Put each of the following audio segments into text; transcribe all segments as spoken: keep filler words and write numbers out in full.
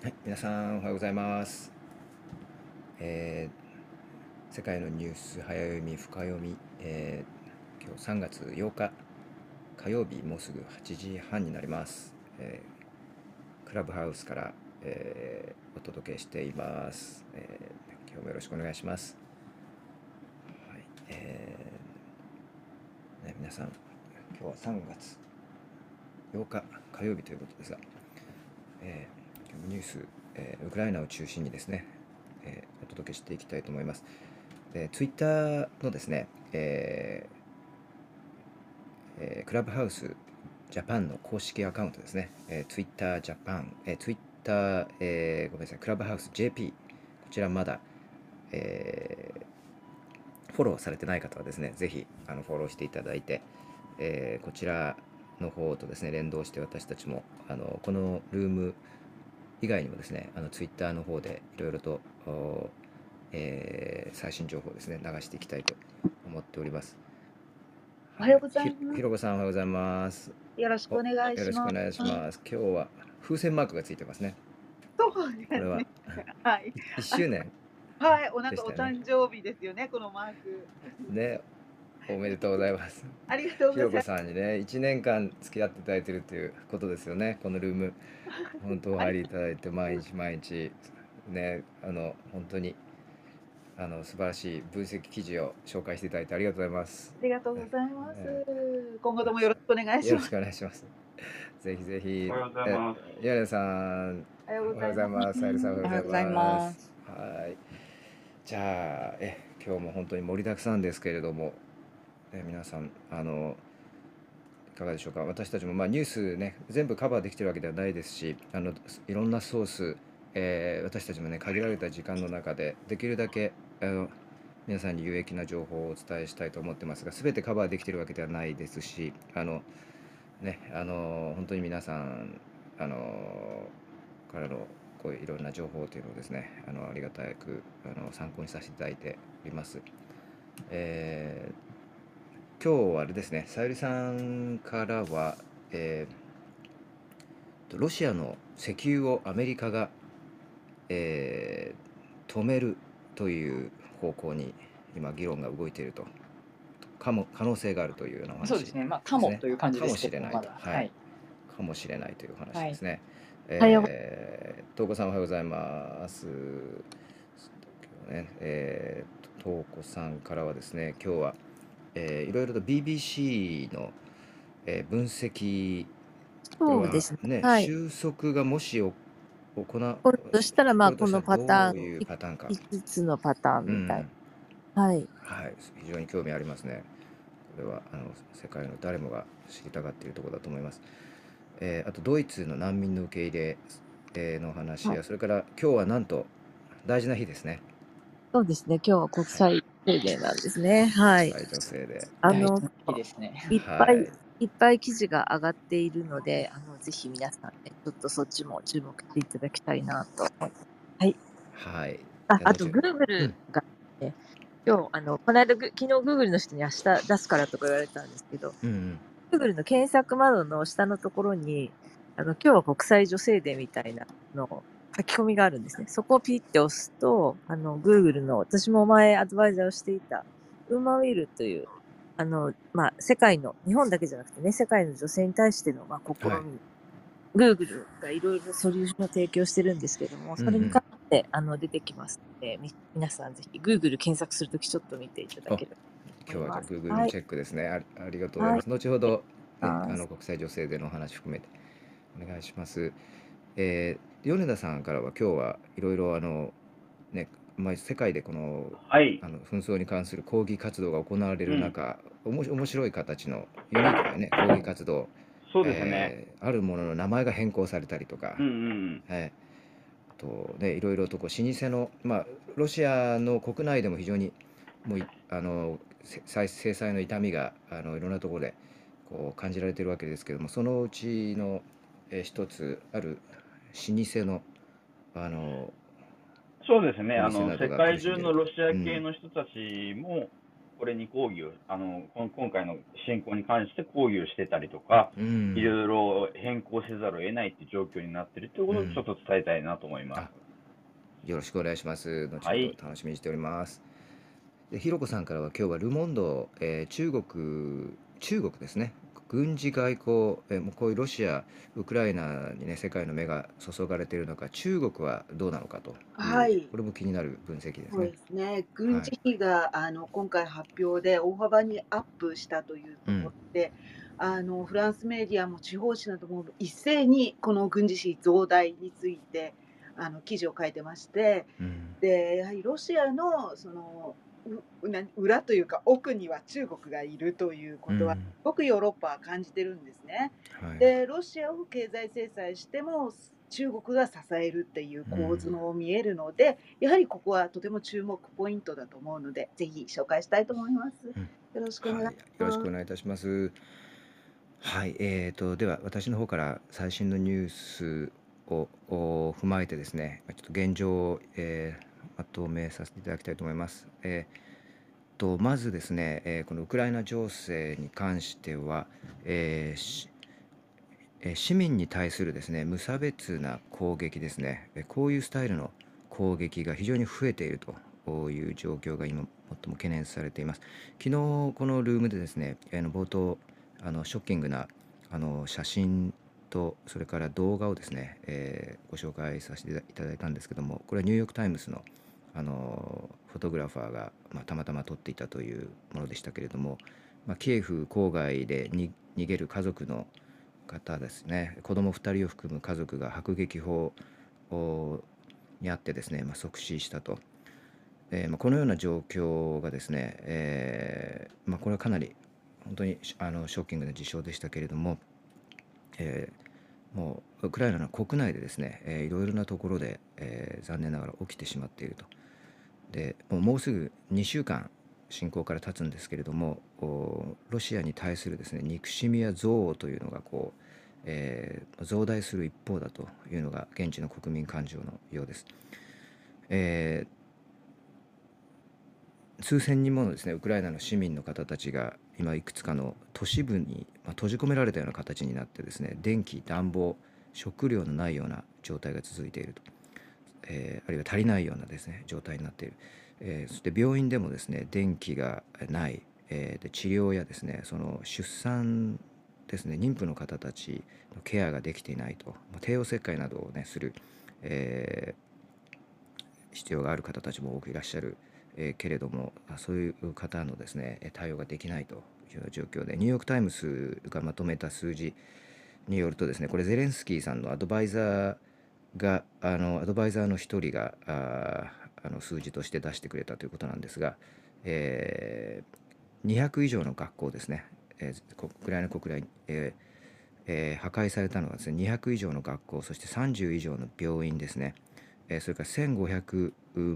はい、皆さんおはようございます。えー世界のニュース早読み深読み、えー今日さんがつようか火曜日、もうすぐはちじはんになります。えークラブハウスから、えーお届けしています。えー今日もよろしくお願いします。はい、えーね、皆さん今日はさんがつようか火曜日ということですが、えー今日もニュース、えーウクライナを中心にですね、えーお届けしていきたいと思います。で、ツイッターのですね、えーえークラブハウスジャパンの公式アカウントですね、えー、Twitter ジャパン、えー、Twitter、えーごめんなさい、クラブハウス ジェーピー、こちらまだ、えーフォローされてない方はですね、ぜひあのフォローしていただいて、えーこちらの方とですね、連動して私たちもあのこのルーム以外にもですね、あの Twitter の方でいろいろと、えー最新情報をですね、流していきたいと思っております。はい、 おはようござひいます。 ひろこさんおはようございます。 よろしくお、 お願いします。 よろしくお願いします。今日は風船マークがついてますね。 そうですね。 これははい。 い1 あの、 周年はい、おなんかおでしたよね。 誕生日ですよね、このマーク。 ね、おめでとうございます。 ありがとうひろこございさんにね、いちねんかん付き合っていただいているということですよね、このルーム。本当おあり入りいただいて、毎日毎日、ね、あの、本当に、あの、素晴らしい分析記事を紹介していただいてありがとうございます。 ありがとうごねざいます。 ね今後ともよろしくお願いします。 よろしくお願いします。ぜひぜひ、 おはようございえ、 ます。 ヤネさん、 おはようごおはようございます。 ざいます。さゆりさん、おはようございおはようございます。 ます。 はい。じゃあ、え、今日も本当に盛りだくさんですけれども、え、皆さん、あの、いかがでしょうか。私たちも、まあ、ニュースね、全部カバーできてるわけではないですし、あの、いろんなソース、えー私たちもね、限られた時間の中で、できるだけ、あの、皆さんに有益な情報をお伝えしたいと思ってますが、全てカバーできてるわけではないですし、あの、ね、あの本当に皆さんあのからのこういういろんな情報というのをですね、あのありがたくあの参考にさせていただいております。えー今日はあれですね、さゆりさんからは、えーとロシアの石油をアメリカが、えー止めるという方向に今議論が動いていると、かも可能性があるというようなお話そうですね。まあ、かですね。 もという感じかもですけども、 しれないと、 まだ。 はい、 はい。 かもしれないという話はい。 ですね。 おはようえー、東子さんおはようございます。ね、えー、東子さんからはですね、今日は、えーいろいろと ビービーシー の、えー分析、これはそうですね。 ね、 はい。 収束がもしお行う、 これとしたら、まあ、 起こるとしたらこのパターン、 どういうパターンか。 い5つのパターンみたい。 うん、 はい。 はい、非常に興味ありますね。これはあの世界の誰もが知りたがっているところだと思います。えーあとドイツの難民の受け入れ、えーの話はい。 や、それから今日はなんと大事な日ですね。 そうですね。今日は国はい、 際定例なんですね。はい。 国際女性で、 大事あの、 な日ですね。 いっぱいはいいっぱい記事が上がっているので、あの、ぜひ皆さんね、ちょっとそっちも注目していただきたいなと思います。はい。 はい、 あ、あとえ後う Google ん、 がね、今日、あの、この間、ぐ昨日 Google の人に明日出すからとか言われたんですけど、 うんうん、 Google の検索窓の下のところに、あの、今日は国際女性デーみたいなの書き込みがあるんですね。そこをピッて押すと、あの、Google の、私も前アドバイザーをしていた、ウーマンウィルという、あの、まあ、世界の、日本だけじゃなくてね、世界の女性に対しての、まあ、試はい、 み、Google がいろいろソリューションを提供してるんですけども、 うんうん、 それに関して、あの、出てきますので、み皆さんぜひ Google 検索するときちょっと見ていただあ、 ければと思今日はじゃあいます。 Google のはい。 チェックですね。あ、ありがとうございはい。 ます。後ほどね、 あーあの国際女性でのお話含めてお願いします。えー、米田さんからは今日はいろいろあのね、まあ、世界でこのはい。 あの紛争に関する抗議活動が行われうん。 る中、おもし面白い形のユニークな、ね、抗議活動、 そうですね。 えーあるものの名前が変更されたりとか、 うんうんえーあとね、いろいろとこう老舗の、まあ、ロシアの国内でも非常にもういあのせ制制裁の痛みがあのいろんなところでこう感じられているわけですけども、そのうちの、えー一つある老舗の、あのそうですね。 おあの、 店などが苦世界中しんでいると。 のロシアうん、 系の人たちも、 これに抗議を、あの、こん今回の侵攻に関して抗議をしてたりとか、 ういん。 ろいろ変更せざるを得ないっていう状況になってるということをうんちょっと伝えたいなと思いまあ、 す。 よろしくお願いします。後ほどはい。 楽しみにしております。で、ひろこさんからは今日はルモンド、えー中国、中国ですね。軍事外交、えーもうこういうロシア、ウクライナにね、世界の目が注がれている中、中国はどうなのかという、 はい、 これも気になる分析ですそうね。 ですね。軍はい。 事費があの今回発表で大幅にアップしたというところうん。 で、あのフランスメディアも地方紙なども一斉にこの軍事費増大についてあの記事を書いてまして、 うん。 で、やはりロシアのそのうな裏というか奥には中国がいるということは、すうん。 ごくヨーロッパは感じてるんですね。 はい。 で、ロシアを経済制裁しても中国が支えるっていう構図うん。 も見えるので、やはりここはとても注目ポイントだと思うので、ぜひ紹介したいと思います。 うん。 よろしくお願いしはい。よろしくます。 お願いいたします。はい。えーと、では、私の方から最新のニュースをを踏まえてですね、ちょっと現状を、えーまとめさせていただきたいと思います。えーと、まずですね、えーこのウクライナ情勢に関しては、えーしえー市民に対するですね、無差別な攻撃ですね、えーこういうスタイルの攻撃が非常に増えているという状況が今、最も懸念されています。昨日、このルームでですね、あの冒頭、あのショッキングなあの写真と、それから動画をですね、えーご紹介させていただいたんですけども、これはニューヨーク・タイムズの、あのフォトグラファーが、まあ、たまたま撮っていたというものでしたけれども、まあ、キエフ郊外でに逃げる家族の方ですね、子供ふたりを含む家族が迫撃砲にあってですね、まあ、即死したと、えーまあ、このような状況がですね、えーまあ、これはかなり本当にあのショッキングな事象でしたけれども、えーもうウクライナの国内でですね、えーいろいろなところで、えー残念ながら起きてしまっていると。でもうもうすぐにしゅうかん侵攻から経つんですけれども、ロシアに対するですね、憎しみや憎悪というのがこう、えー増大する一方だというのが現地の国民感情のようです。えー数千人ものですね、ウクライナの市民の方たちが今いくつかの都市部に、まあ、閉じ込められたような形になってですね、電気、暖房、食料のないような状態が続いていると、えーあるいは足りないようなですね状態になっている、えーそして病院でもですね電気がない、えーで治療やですねその出産ですね、妊婦の方たちのケアができていないと、まあ、帝王切開などをねする、えー必要がある方たちも多くいらっしゃる、えーけれども、そういう方のですね対応ができないというような状況で、ニューヨーク・タイムズがまとめた数字によるとですね、これゼレンスキーさんのアドバイザーがあのアドバイザーの一人がああの数字として出してくれたということなんですが、えー、にひゃく以上の学校ですね、えー、ウクライナ国内、えーえー破壊されたのはですねにひゃく以上の学校、そしてさんじゅう以上の病院ですね、えー、それからせんごひゃく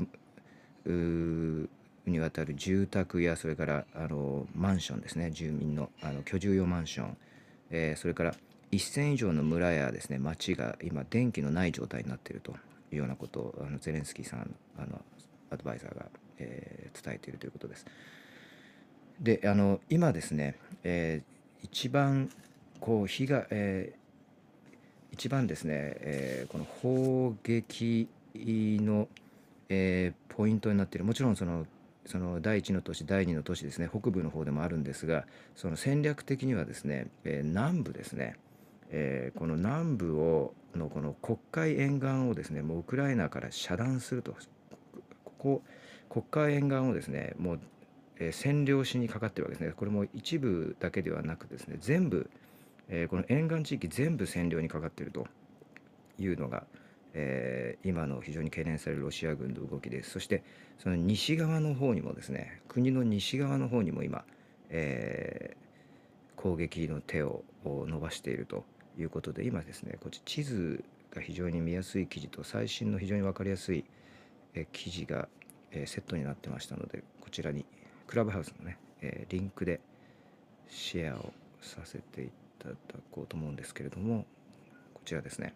にわたる住宅や、それからあのマンションですね、住民のあの居住用マンション、えーそれからせん以上の村やですね町が今電気のない状態になっているというようなことをあのゼレンスキーさん、あのアドバイザーが、えー伝えているということです。で、あの今ですね、えー一番こう火が、えー一番ですね、えーこの砲撃の、えーポイントになっている、もちろんそのその第一の都市、第二の都市ですね、北部の方でもあるんですが、その戦略的にはですね、えー南部ですね、えーこの南部をのこの黒海沿岸をですね、もうウクライナから遮断すると、ここ黒海沿岸をですね、もう、えー占領しにかかってるわけですね。これも一部だけではなくですね、全部、えーこの沿岸地域全部占領にかかっているというのが、えー今の非常に懸念されるロシア軍の動きです。そしてその西側の方にもですね、国の西側の方にも今、えー攻撃の手を伸ばしているということで、今ですね、こっち地図が非常に見やすい記事と最新の非常に分かりやすいえ記事が、えセットになってましたので、こちらにクラブハウスのね、えリンクでシェアをさせていただこうと思うんですけれども、こちらですね、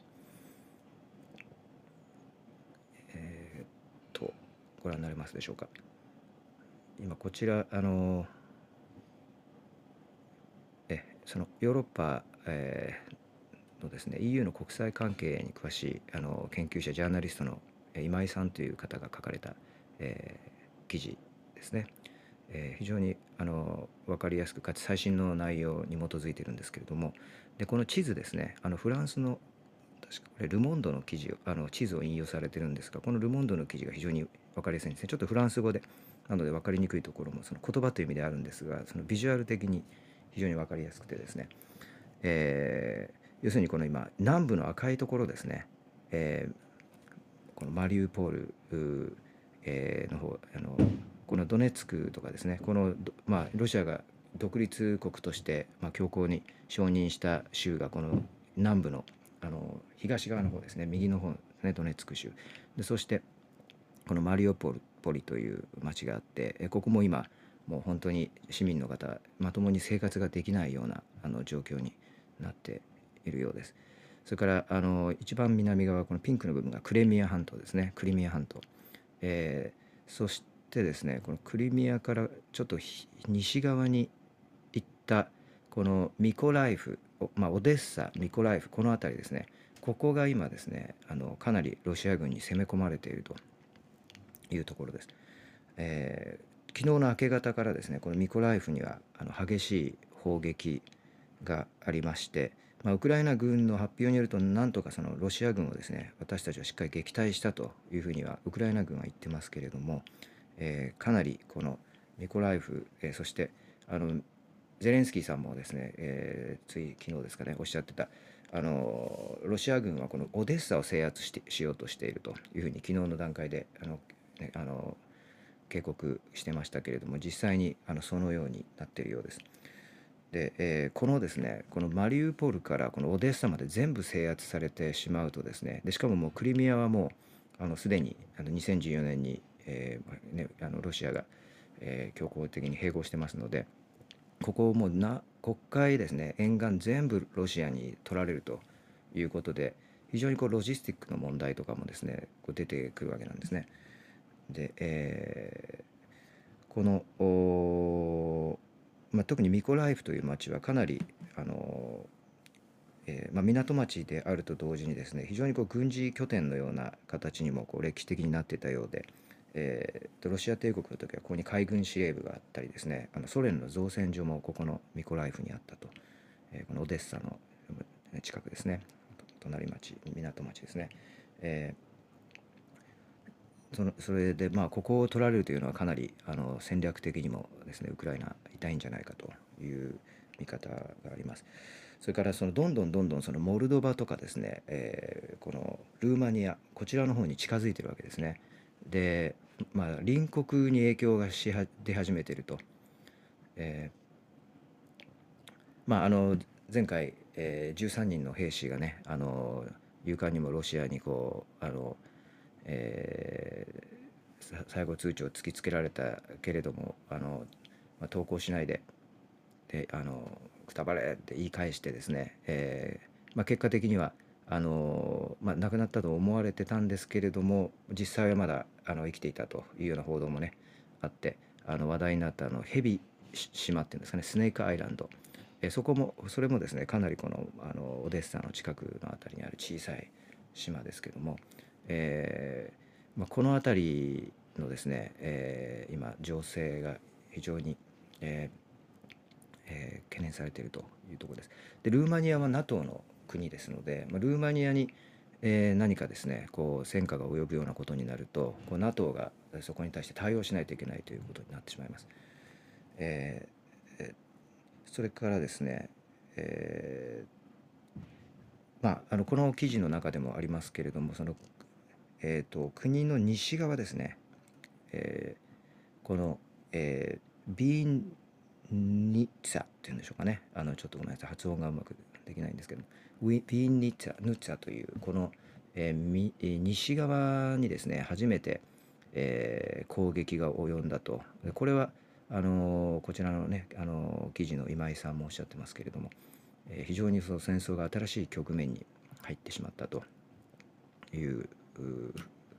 えーっとご覧になれますでしょうか。 今こちらあのえそのヨーロッパ、えーのですね イーユー の国際関係に詳しいあの研究者ジャーナリストのえ今井さんという方が書かれた、えー記事ですね。えー非常にあの分かりやすくかつ最新の内容に基づいているんですけれども、でこの地図ですね、あのフランスの確かこれル・モンドの記事をあの地図を引用されてるんですが、このル・モンドの記事が非常に分かりやすいんですね。ちょっとフランス語でなので分かりにくいところもその言葉という意味であるんですが、そのビジュアル的に非常に分かりやすくてですね、えー要するにこの今南部の赤いところですね、えーこのマリウポール、えーの方あのこのドネツクとかですね、この、まあ、ロシアが独立国として、まあ、強硬に承認した州がこの南部の、あの東側の方ですね、右の方ですね、ドネツク州で、そしてこのマリウポリという町があって、ここも今もう本当に市民の方まともに生活ができないようなあの状況になっているようです。それからあの一番南側、このピンクの部分がクレミア半島ですね、クリミア半島、えーそしてですね、このクリミアからちょっと西側に行ったこのミコライフ、まあ、オデッサ、ミコライフ、この辺りですね、ここが今ですね、あのかなりロシア軍に攻め込まれているというところです。えー、昨日の明け方からですね、このミコライフにはあの激しい砲撃がありまして、まあ、ウクライナ軍の発表によると、なんとかそのロシア軍をですね、私たちはしっかり撃退したというふうにはウクライナ軍は言ってますけれども、えーかなりこのミコライフ、えーそしてあのゼレンスキーさんもですね、えーつい昨日ですかね、おっしゃってた、あのロシア軍はこのオデッサを制圧してしようとしているというふうに昨日の段階であの、ね、あの警告してましたけれども、実際にあのそのようになっているようです。で、えーこのですね、このマリウポルからこのオデッサまで全部制圧されてしまうとですね、でしかももうクリミアはもうあのすでにあのにせんじゅうよねんに、えーね、あのロシアが、えー強行的に併合してますので、ここをもうな国会ですね、沿岸全部ロシアに取られるということで、非常にこうロジスティックの問題とかもですね、こう出てくるわけなんですね。で、えーこのおまあ、特にミコライフという町はかなりあの、えーまあ、港町であると同時にですね、非常にこう軍事拠点のような形にもこう歴史的になっていたようで、えーとロシア帝国の時はここに海軍司令部があったりですね、あのソ連の造船所もここのミコライフにあったと、えーこのオデッサの近くですね、隣町、港町ですね、えーそのそれでまあここを取られるというのはかなりあの戦略的にもですね、ウクライナ痛いんじゃないかという見方があります。それからそのどんどんどんどんそのモルドバとかですね、えーこのルーマニア、こちらの方に近づいてるわけですね。で、まあ、隣国に影響がしは出始めていると。えーまああの前回、えーじゅうさんにんの兵士がね、あの勇敢にもロシアにこうあのえー最後通知を突きつけられたけれども、あの、まあ、投降しないで、であのくたばれって言い返してですね、えーまあ、結果的にはあの、まあ、亡くなったと思われてたんですけれども、実際はまだあの生きていたというような報道もねあって、あの話題になったあのヘビ島っていうんですかね、スネークアイランド、えーそこもそれもですね、かなりこのあのオデッサの近くのあたりにある小さい島ですけども、えーまあ、この辺りのですね、えー今情勢が非常に、えーえー懸念されているというところです。でルーマニアは ナトー の国ですので、まあ、ルーマニアに、えー何かですね、こう戦火が及ぶようなことになると、こう ナトー がそこに対して対応しないといけないということになってしまいます。えーえーそれからですね、えーまあ、あのこの記事の中でもありますけれども、その、えーと国の西側ですね、えーこの、えービーニッツァっていうんでしょうかね、あのちょっとごめんなさい、発音がうまくできないんですけど、ウィビーニッツァヌッツァというこの、えーみえー西側にですね初めて、えー攻撃が及んだと。でこれはあのーこちらのね、あのー記事の今井さんもおっしゃってますけれども、えー非常にその戦争が新しい局面に入ってしまったといううこ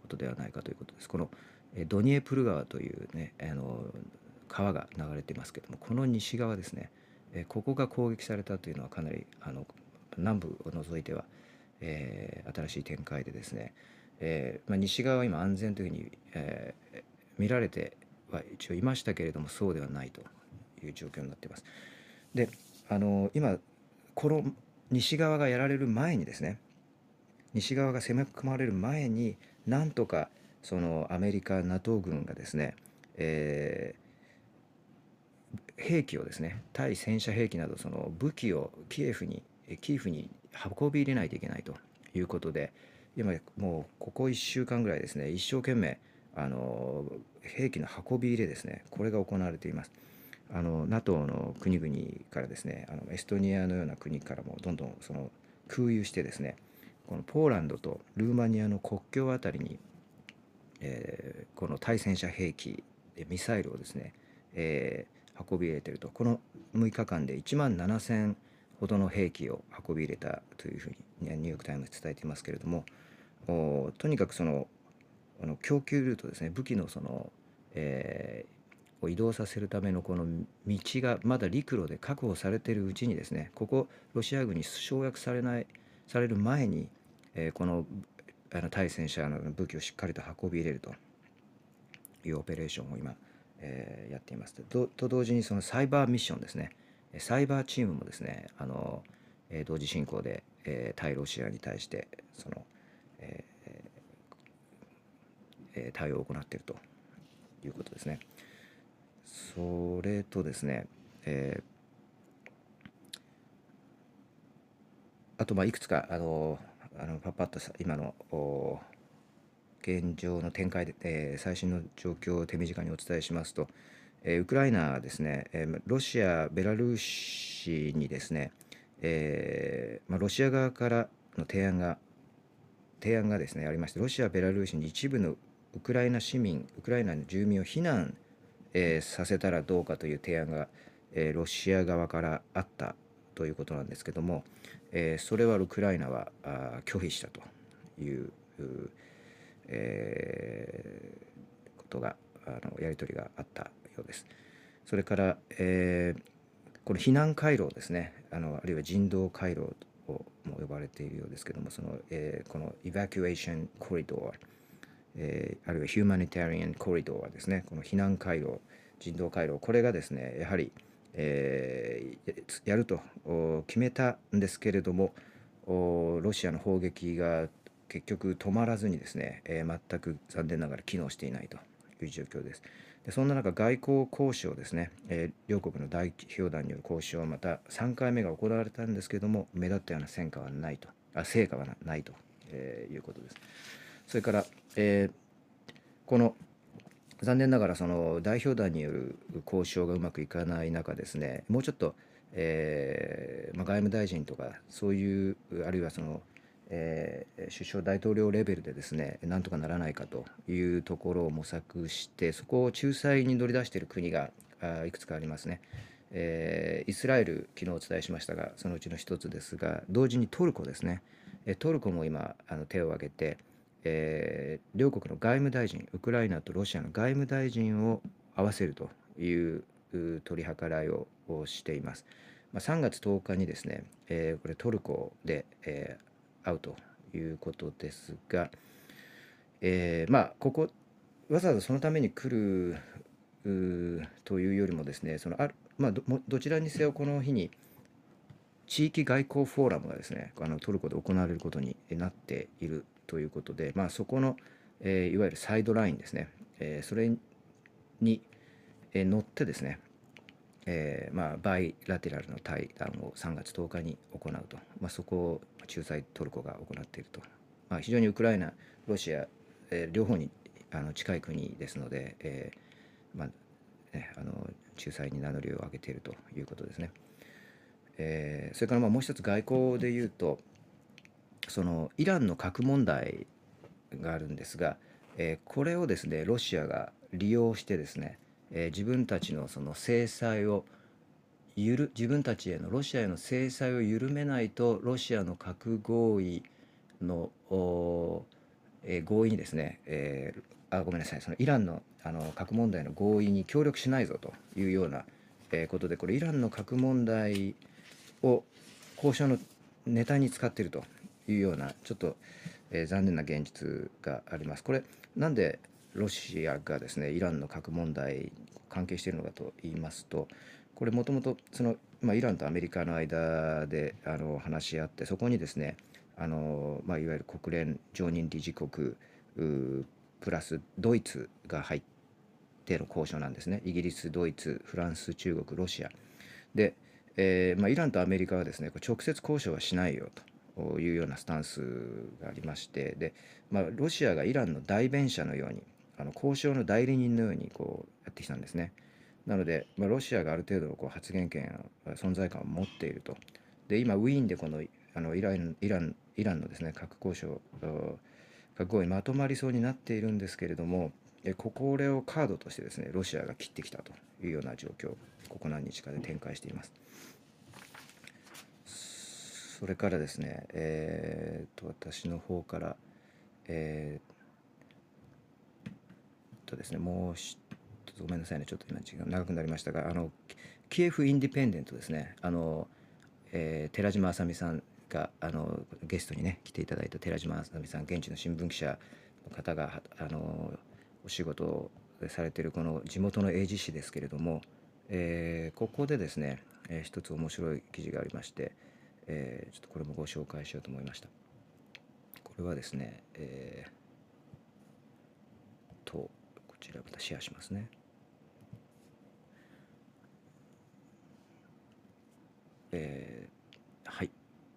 ことではないかということです。このえードニエプル川というね、あの川が流れていますけども、この西側ですね、えーここが攻撃されたというのはかなりあの南部を除いては、えー新しい展開でですね、えーまあ、西側は今安全というふうに、えー見られては一応いましたけれども、そうではないという状況になっています。で、あの今この西側がやられる前にですね、西側が攻め込まれる前になんとかそのアメリカ NATO 軍がですね、えー兵器をですね、対戦車兵器などその武器をキエフにキエフに運び入れないといけないということで、今もうここいっしゅうかんぐらいですね、一生懸命あの兵器の運び入れですね、これが行われています。あの NATO の国々からですね、あのエストニアのような国からもどんどんその空輸してですね、このポーランドとルーマニアの国境あたりに、えーこの対戦車兵器ミサイルをですね、えー運び入れていると。このむいかかんでいちまんななせんほどの兵器を運び入れたというふうにニューヨーク・タイムズ伝えていますけれども、おとにかくそのあの供給ルートですね、武器のその、えーを移動させるためのこの道がまだ陸路で確保されているうちにですね、ここロシア軍に掌握されないされる前に、えーこのあの対戦車の武器をしっかりと運び入れるというオペレーションを今、えーやっています。とと同時にそのサイバーミッションですね、サイバーチームもですね、あの、えー同時進行で、えー対ロシアに対してその、えーえー対応を行っているということですね。それとですね、えーあとまあいくつかあのあのパッパッとさ今のお現状の展開で、えー最新の状況を手短にお伝えしますと、えーウクライナですね、えーロシア、ベラルーシにですね、えーまあ、ロシア側からの提案が提案がですねありまして、ロシア、ベラルーシに一部のウクライナ市民、ウクライナの住民を避難、えーさせたらどうかという提案が、えーロシア側からあったということなんですけども、えーそれはウクライナはあー拒否したという、うえーことがあのやり取りがあったようです。それから、えーこの避難回廊ですね、あのあるいは人道回廊とも呼ばれているようですけども、その、えーこのエバキュエーションコリドー、えーあるいはヒューマニタリアンコリドーはですね、この避難回廊、人道回廊、これがですね、やはり、えーやるとお決めたんですけれども、おロシアの砲撃が結局止まらずにですね、えー全く残念ながら機能していないという状況です。でそんな中、外交交渉ですね、えー両国の代表団による交渉はまたさんかいめが行われたんですけれども、目立ったような戦果はないと、あ成果はないと、えーいうことです。それから、えーこの残念ながらその代表団による交渉がうまくいかない中ですね、もうちょっと、えーまあ、外務大臣とかそういう、あるいはその、えー首相大統領レベルでですね、なんとかならないかというところを模索して、そこを仲裁に乗り出している国があいくつかありますね。えーイスラエル、昨日お伝えしましたが、そのうちの一つですが、同時にトルコですね。えトルコも今あの手を挙げて、えー両国の外務大臣、ウクライナとロシアの外務大臣を合わせるというう取り計らいををしています。まあ、さんがつとおかにですね、えーこれトルコで、えー会うということですが、えーまあここわざわざそのために来るうーというよりもですね、そのあるまあどもどちらにせよこの日に地域外交フォーラムがですね、あのトルコで行われることになっているということで、まあ、そこの、えーいわゆるサイドラインですね、えーそれに、えー乗ってですね、えーまあ、バイラテラルの対談をさんがつとおかに行うと、まあ、そこを仲裁トルコが行っていると、まあ、非常にウクライナ、ロシア、えー両方にあの近い国ですので、えーまあね、あの仲裁に名乗りを上げているということですね。えーそれからまあもう一つ外交でいうと、そのイランの核問題があるんですが、えーこれをですねロシアが利用してですね、えー自分たちのその制裁をゆる自分たちへのロシアへの制裁を緩めないとロシアの核合意のおえー合意にですね、えーあごめんなさい、そのイランの、あの核問題の合意に協力しないぞというような、えーことで、これイランの核問題を交渉のネタに使っているというような、ちょっと、えー残念な現実があります。これなんでロシアがですねイランの核問題に関係しているのかと言いますと、これもともとその、まあ、イランとアメリカの間であの話し合って、そこにですねあの、まあ、いわゆる国連常任理事国うプラスドイツが入っての交渉なんですね。イギリス、ドイツ、フランス、中国、ロシアで、えーまあ、イランとアメリカはですねこれ直接交渉はしないよというようなスタンスがありまして、で、まあ、ロシアがイランの代弁者のように、あの交渉の代理人のようにこうやってきたんですね。なので、まあ、ロシアがある程度のこう発言権、存在感を持っていると。で、今、ウィーンでこのあのイランイランイランのですね核交渉、核合意にまとまりそうになっているんですけれども、えここれをカードとしてですねロシアが切ってきたというような状況、ここ何日かで展開しています。それからですね、えー、と私の方から、えー、とですね、もう一つごめんなさいね、ちょっと今時間長くなりましたが、あのキエフインディペンデントですね、あの、えー寺島あさみさんがあのゲストにね来ていただいた寺島あさみさん、現地の新聞記者の方があのお仕事をされているこの地元の英字紙ですけれども、えーここでですね、えー一つ面白い記事がありまして、えーちょっとこれもご紹介しようと思いました。これはですね、えーとこちらまたシェアしますね。えーはい。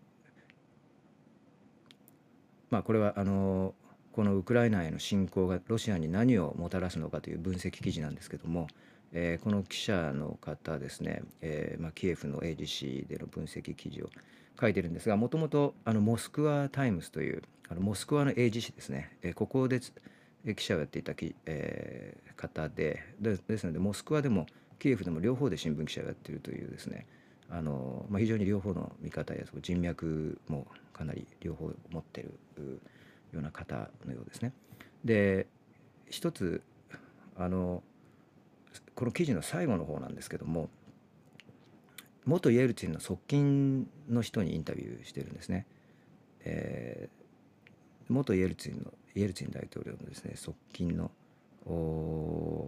まあこれはあのこのウクライナへの侵攻がロシアに何をもたらすのかという分析記事なんですけども、えーこの記者の方ですね、えーまあ、キエフの英字紙での分析記事を書いてるんですが、もともとあのモスクワタイムスというあのモスクワの英字紙ですね、えーここでつえー記者をやっていたき、えー方ででですので、モスクワでもキエフでも両方で新聞記者をやっているというですね、あの、まあ、非常に両方の見方やその人脈もかなり両方持っているような方のようですね。で、一つあのこの記事の最後の方なんですけども、元イエルチンの側近の人にインタビューしてるんですね。えー元イエルチンのイエルチン大統領のですね側近のお、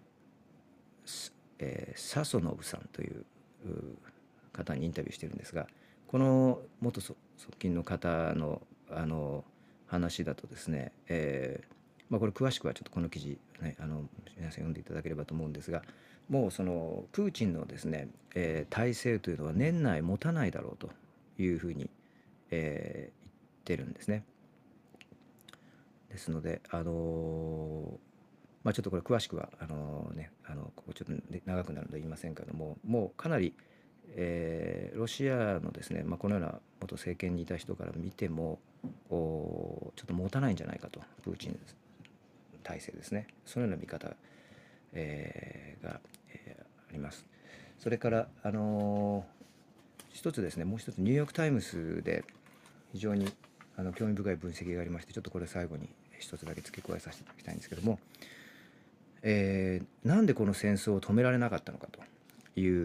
えーサソノブさんというう方にインタビューしてるんですが、この元側近の方のあの話だとですね、えーまあ、これ詳しくはちょっとこの記事、ね、あの皆さん読んでいただければと思うんですが、もうそのプーチンのですね、えー体制というのは年内持たないだろうというふうに、えー言ってるんですね。ですので、あのーまあ、ちょっとこれ詳しくはあの、ね、あのここちょっと長くなるので言いませんけども、もうかなり、えーロシアのですね、まあ、このような元政権にいた人から見てもおちょっと持たないんじゃないかと、プーチン体制ですね、そのような見方、えーが、えーあります。それから、あのー一つですね、もう一つニューヨーク・タイムズで非常にあの興味深い分析がありまして、ちょっとこれ最後に一つだけ付け加えさせていただきたいんですけども、えーなんでこの戦争を止められなかったのかという、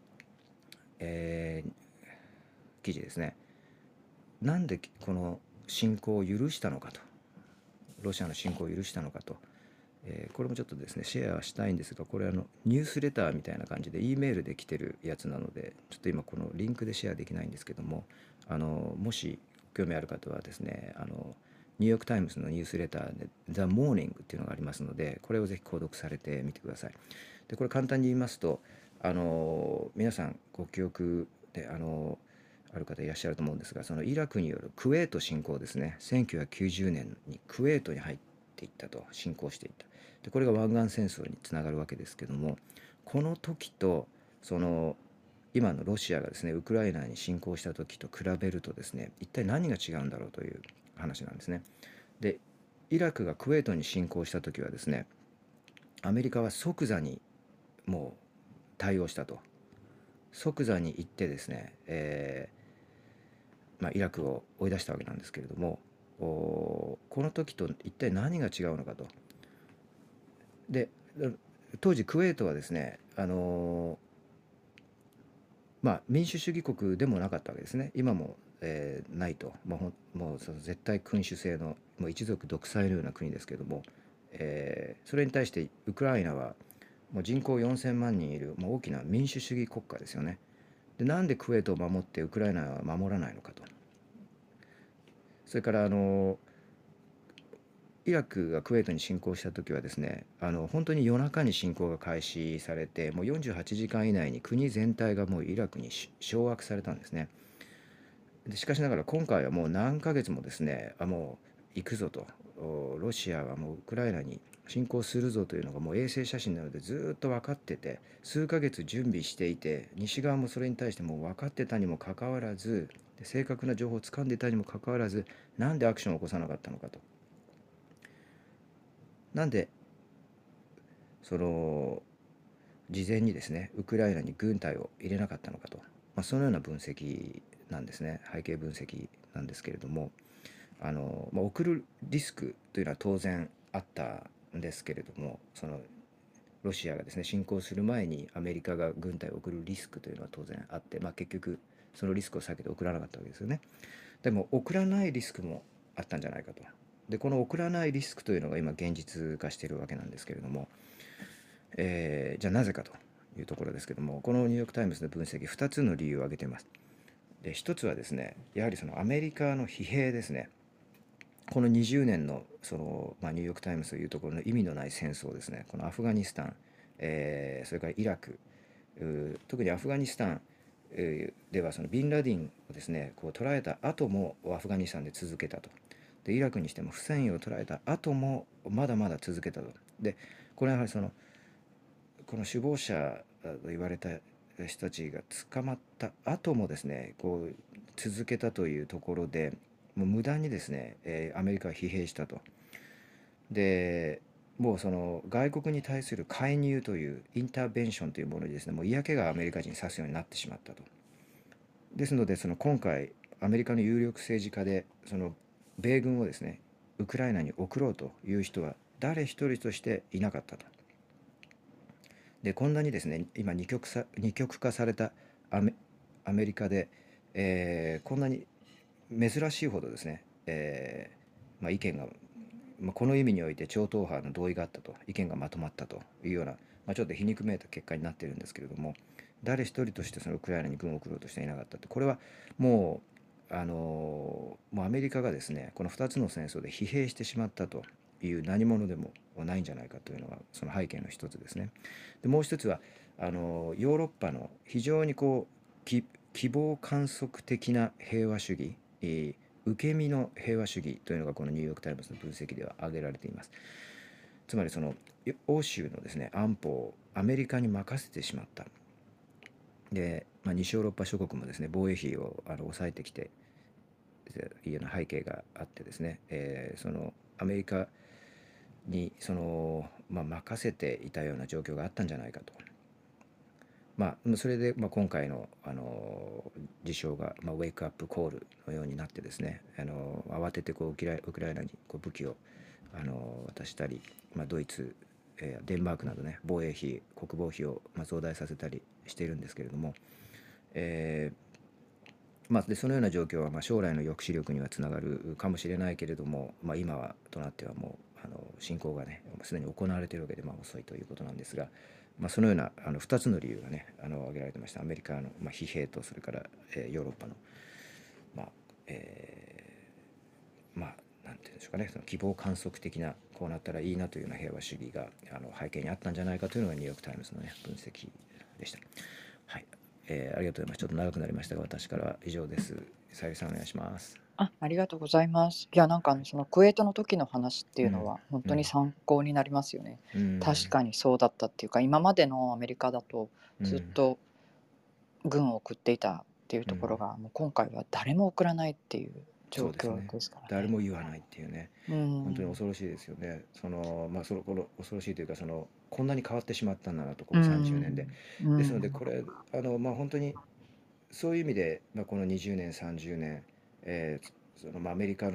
えー記事ですね。なんでこの侵攻を許したのかと、ロシアの侵攻を許したのかと、えーこれもちょっとですねシェアしたいんですが、これあのニュースレターみたいな感じで E メールで来てるやつなので、ちょっと今このリンクでシェアできないんですけども、あのもし興味ある方はですね、あのニューヨークタイムズのニュースレターで The Morning っていうのがありますので、これをぜひ購読されてみてください。でこれ簡単に言いますと、あの皆さんご記憶であのある方いらっしゃると思うんですが、そのイラクによるクウェート侵攻ですね、せんきゅうひゃくきゅうじゅうねんにクウェートに入っていったと、侵攻していった。でこれが湾岸戦争につながるわけですけども、この時とその今のロシアがですねウクライナに侵攻した時と比べるとですね、一体何が違うんだろうという話なんですね。でイラクがクウェートに侵攻した時はですね、アメリカは即座にもう対応したと。即座に行ってですね、えーまあ、イラクを追い出したわけなんですけれども、 おこの時と一体何が違うのかと。で当時クウェートはですね、あのまあ民主主義国でもなかったわけですね。今も、えーないと、もうほんもうその絶対君主制のもう一族独裁のような国ですけども、えーそれに対してウクライナはもう人口よんせんまん人いるもう大きな民主主義国家ですよね。でなんでクウェートを守ってウクライナは守らないのかと。それからあのイラクがクウェートに侵攻した時はですね、あの本当に夜中に侵攻が開始されて、もうよんじゅうはちじかん以内に国全体がもうイラクにし掌握されたんですね。でしかしながら今回はもう何ヶ月もですね、あもう行くぞと、おロシアはもうウクライナに侵攻するぞというのがもう衛星写真なのでずっと分かってて、数ヶ月準備していて、西側もそれに対してもう分かってたにもかかわらず、で正確な情報を掴んでいたにもかかわらず、なんでアクションを起こさなかったのかと。なんでその事前にですねウクライナに軍隊を入れなかったのかと、まあ、そのような分析なんですね。背景分析なんですけれども、あの、まあ、送るリスクというのは当然あったんですけれども、そのロシアがですね侵攻する前にアメリカが軍隊を送るリスクというのは当然あって、まあ、結局そのリスクを避けて送らなかったわけですよね。でも送らないリスクもあったんじゃないかと。でこの送らないリスクというのが今現実化しているわけなんですけれども、えーじゃあなぜかというところですけども、このニューヨーク・タイムズの分析ふたつの理由を挙げています。でひとつはですね、やはりそのアメリカの疲弊ですね。このにじゅうねんのその、まあ、ニューヨーク・タイムズというところの意味のない戦争ですね、このアフガニスタン、えーそれからイラク、特にアフガニスタンではそのビンラディンをですねこう捕らえた後もアフガニスタンで続けたと。でイラクにしてもフセインを捕らえた後もまだまだ続けたと。でこれはやはりそのこの首謀者と言われた人たちが捕まった後もですねこう続けたというところで、もう無駄にですね、えーアメリカは疲弊したと。でもうその外国に対する介入というインターベンションというものにですねもう嫌気がアメリカ人にさすようになってしまったと。ですのでその今回アメリカの有力政治家でその米軍をですねウクライナに送ろうという人は誰一人としていなかったと。でこんなにですね今二極さ二極化されたアメアメリカで、えーこんなに珍しいほどですね、えーまあ、意見が、まあ、この意味において超党派の同意があったと、意見がまとまったというような、まあ、ちょっと皮肉めいた結果になっているんですけれども、誰一人としてそのウクライナに軍を送ろうとしていなかったって、これはもうあのもうアメリカがですねこのふたつの戦争で疲弊してしまったという何者でもないんじゃないかというのがその背景の一つですね。でもう一つはあのヨーロッパの非常にこうき希望観測的な平和主義、えー受け身の平和主義というのがこのニューヨーク・タイムズの分析では挙げられています。つまりその欧州のですね安保をアメリカに任せてしまった。で、まあ、西ヨーロッパ諸国もですね防衛費をあの抑えてきていうような背景があってですね、えーそのアメリカにその、まあ、任せていたような状況があったんじゃないかと。まあ、それで、まあ、今回の、あの事象が、まあ、ウェイクアップコールのようになってですね、あの慌ててこうウクライウクライナにこう武器を、あの渡したり、まあ、ドイツ、えーデンマークなどね防衛費国防費を、まあ、増大させたりしているんですけれども、えーまあ、でそのような状況は、まあ、将来の抑止力にはつながるかもしれないけれども、まあ、今はとなってはもうあの侵攻がねすでに行われているわけで、まあ、遅いということなんですが、まあ、そのようなあのふたつの理由がねあの挙げられてました。アメリカの、まあ、疲弊とそれから、えーヨーロッパの、まあえーまあなんていうんでしょうかね、その希望観測的なこうなったらいいなというような平和主義があの背景にあったんじゃないかというのがニューヨーク・タイムズの、ね、分析でした。はい、えーありがとうございます。ちょっと長くなりましたが私からは以上です。さゆりさんお願いします。 あ、ありがとうございます。いや、なんかあの、 はい、 そのクウェートの時の話ってうんいうのは本当にうん参考になりますよね。 うん確かにそうだったっていうか、今までのアメリカだとうんずっと軍を送っていたっていううんところが、もう今回は誰も送らないっていう状況そうですね。 ですから誰ね。 も言わないっていうね、 う本当にん。 恐ろしいですよね。そのまあそのこの恐ろしいというか、そのこんなに変わってしまったんだなと、こうのさんじゅうねんで。 ん。うですのでん。 これあのまあ本当にそういう意味で、まあ、このにじゅうねんさんじゅうねん、えーそのまあアメリカのね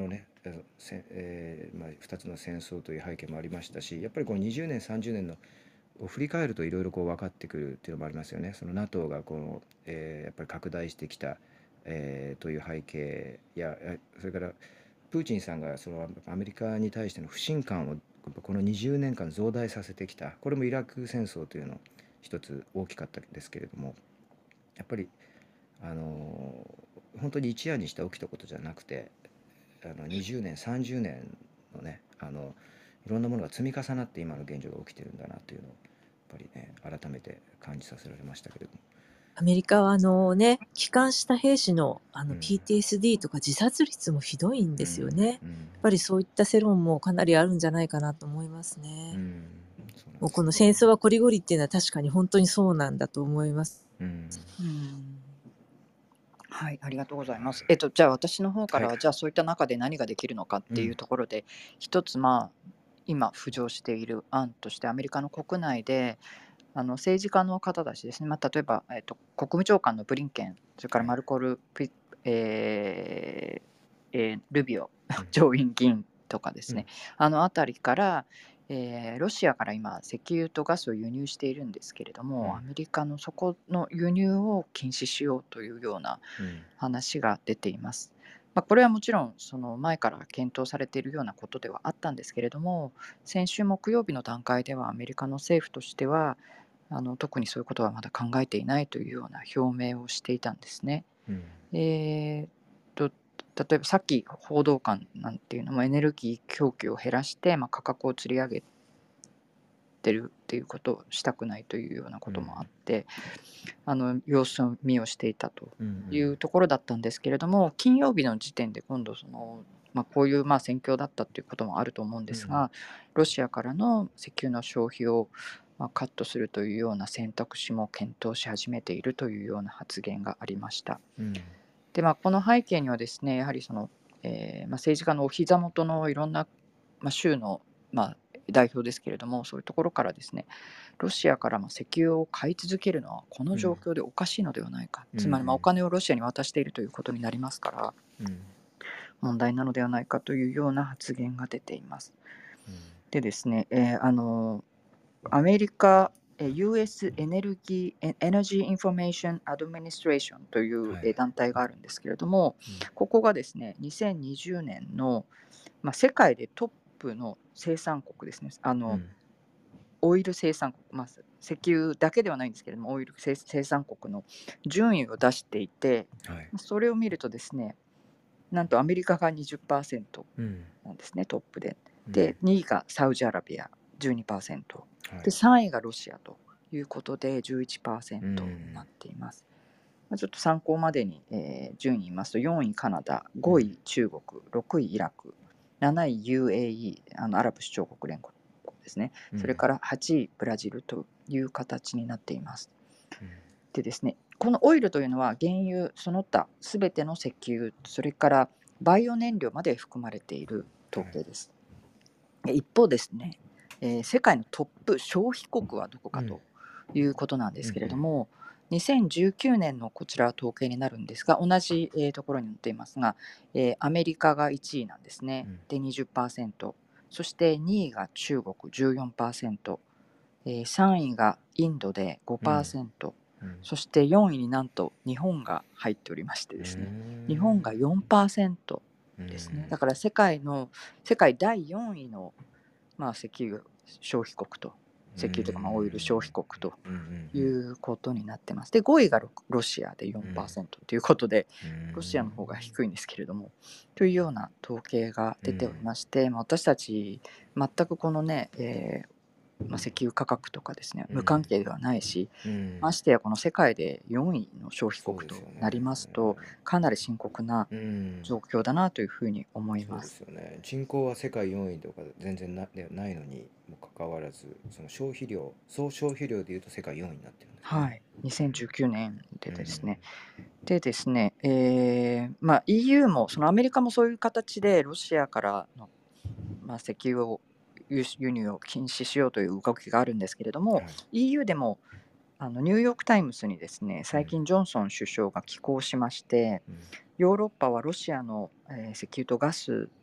えせえーまあ、ふたつの戦争という背景もありましたし、やっぱりこのにじゅうねんさんじゅうねんのを振り返るといろいろこう分かってくるっていうのもありますよね。その NATO がこの、えーやっぱり拡大してきた、えーという背景や、えそれからプーチンさんがそのアメリカに対しての不信感をこのにじゅうねんかん増大させてきた。これもイラク戦争というの一つ大きかったですけれども、やっぱりあの本当に一夜にして起きたことじゃなくて、あのにじゅうねんさんじゅうねんのね、あのいろんなものが積み重なって今の現状が起きてるんだなというのをやっぱりね改めて感じさせられましたけれども。 アメリカはあのね、帰還した兵士のあのうんピーティーエスディー とか自殺率もひどいんですよね。やっうんぱりそういった世論もかなりあるんじゃないかなと思いますうね。 んそうなんもうですよこの戦争はこりごりっていうのは確かに本当にそうなんだと思います。 うんうんはい、ありがとうございます。えっと、じゃあ私の方からは、 はいじゃあそういった中で何ができるのかっていうところで、一つまあ今浮上している案としてアメリカの国内であの政治家の方たちですね、まあ、例えば、えっと、国務長官のブリンケン、それからマルコル・ピ、えーえールビオうん上院議員とかですね、 うんあの辺りから、えーロシアから今石油とガスを輸入しているんですけれども、 うんアメリカのそこの輸入を禁止しようというようなうん話が出ています。まあ、これはもちろんその前から検討されているようなことではあったんですけれども、先週木曜日の段階ではアメリカの政府としてはあの特にそういうことはまだ考えていないというような表明をしていたんですね。 うんえーっと例えばさっき報道官なんていうのもエネルギー供給を減らして、まあ、価格を釣り上げてるっていうことをしたくないというようなこともあって、あの様子見をしていたとうんいうところだったんですけれども、金曜日の時点で今度その、まあ、こういうまあ戦況だったということもあると思うんですが、ロシアからの石油の消費をまあカットするというような選択肢も検討し始めているというような発言がありました。 うんで、まあ、この背景にはですね、やはりその、えーまあ、政治家のお膝元のいろんな、まあ、州の、まあ、代表ですけれども、そういうところからですね、ロシアからまあ石油を買い続けるのはこの状況でおかしいのではないか、 うんつまりまあお金をロシアに渡しているということになりますからうん問題なのではないかというような発言が出ています。 うんでですね、えーあのアメリカえー ユーエス エネルギーエナジーインフォメーションアドミニストレーションというはいえー団体があるんですけれども、 うんここがですねにせんにじゅうねんの、まあ、世界でトップの生産国ですね、あの、 うんオイル生産国、まあ、石油だけではないんですけれども、オイル生生産国の順位を出していて、 はいそれを見るとですね、なんとアメリカが にじゅっパーセントうんなんですね、トップで。 うんで、にいがサウジアラビア じゅうにパーセント、 はいで、さんいがロシアということで じゅういちパーセントうんになっています。まあちょっと参考までに、えー順位言いますと、よんいカナダ、ごい中国、ろくいイラク、なないユーエーイー、あのアラブ首長国連邦ですね、 うんそれからはちいブラジルという形になっています。 うんでですね、このオイルというのは原油その他すべての石油、それからバイオ燃料まで含まれている統計です。で一方ですね、えー世界のトップ消費国はどこかということなんですけれども、にせんじゅうきゅうねんのこちらは統計になるんですが、同じ、えーところに載っていますが、えーアメリカがいちいなんですね。 うんで にじゅっパーセント、そしてにいが中国 じゅうよんパーセント、えーさんいがインドで ごパーセント、 うんそしてよんいになんと日本が入っておりましてですね、 うん日本が よんパーセントですね。だから世界の世界だいよんいの、まあ、石油消費国と、石油というかまあオイル消費国というんうことになってます。で、ごいがロロシアで よんパーセントということで、ロシアの方が低いんですけれども、というような統計が出ておりまして、まあ私たち全くこのね、えーまあ、石油価格とかですね、 うん無関係ではないし、 うんましてやこの世界でよんいの消費国とそうですよねなりますと、かなり深刻なうん状況だなというふうに思いそうでます。 すよね。人口は世界よんいとか全然なでないのにもかかわらず、その消費量、総消費量でいうと世界よんいになってるんですね。 はい、にせんじゅうきゅうねんでですね、でですね、えーまあ、イーユー もそのアメリカもそういう形でロシアからの、まあ、石油を輸輸入を禁止しようという動きがあるんですけれども、 はいイーユー でもあのニューヨーク・タイムズにですね、最近ジョンソン首相が寄稿しまして、 うんヨーロッパはロシアの、えー石油とガス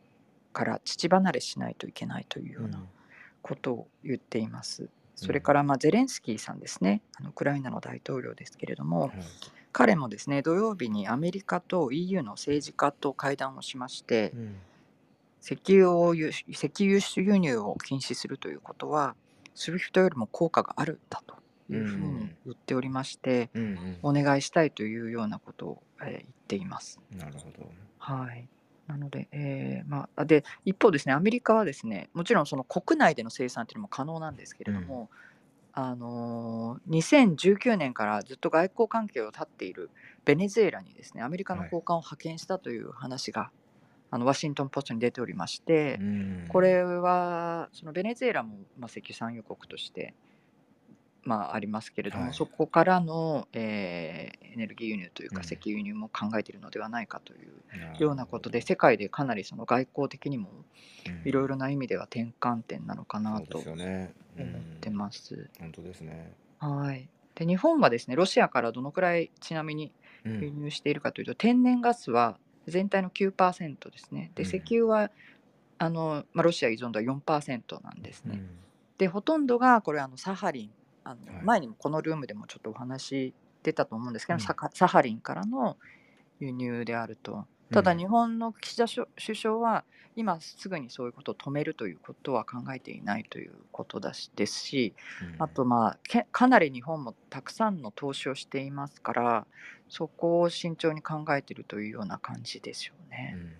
から土離れしないといけないというようなことを言っています。それからまあゼレンスキーさんですね、あのウクライナの大統領ですけれども、 はい。 彼もですね土曜日にアメリカと イーユー の政治家と会談をしまして、 うん石油を輸石油輸入を禁止するということは スウィフト よりも効果があるんだというふうに言っておりまして、 うんうんお願いしたいというようなことを、えー言っています。 なるほど。 はい。なので、えーまあ、で一方ですね、アメリカはですね、もちろんその国内での生産というのも可能なんですけれども、あのーにせんじゅうきゅうねんからずっと外交関係を断っているベネズエラにですね、アメリカのはい。 高官を派遣したという話が、あのワシントン・ポストに出ておりましうて、 んこれはそのベネズエラも、まあ、石油産油国として、まあ、ありますけれども、 はい。 そこからの、えーエネルギー輸入といううんか石油輸入も考えているのではないかというなるようなことで、世界でかなりその外交的にもうんいろいろな意味では転換点なのかそなうですとよね。う思ってんます。 本当ですね。 はい。で、日本はですね、ロシアからどのくらいちなみに輸うん入しているかというと、天然ガスは全体の きゅうパーセント ですね。で、 うん石油はあの、まあ、ロシア依存度は よんパーセント なんですね。 うんで、ほとんどがこれあのサハリン、あのはい。 前にもこのルームでもちょっとお話出たと思うんですけど、 うんサカサハリンからの輸入であると。 うんただ日本の岸田首首相は今すぐにそういうことを止めるということは考えていないということだしですし、 うんあとまあけかなり日本もたくさんの投資をしていますから、そこを慎重に考えているというような感じでしょううね。 ん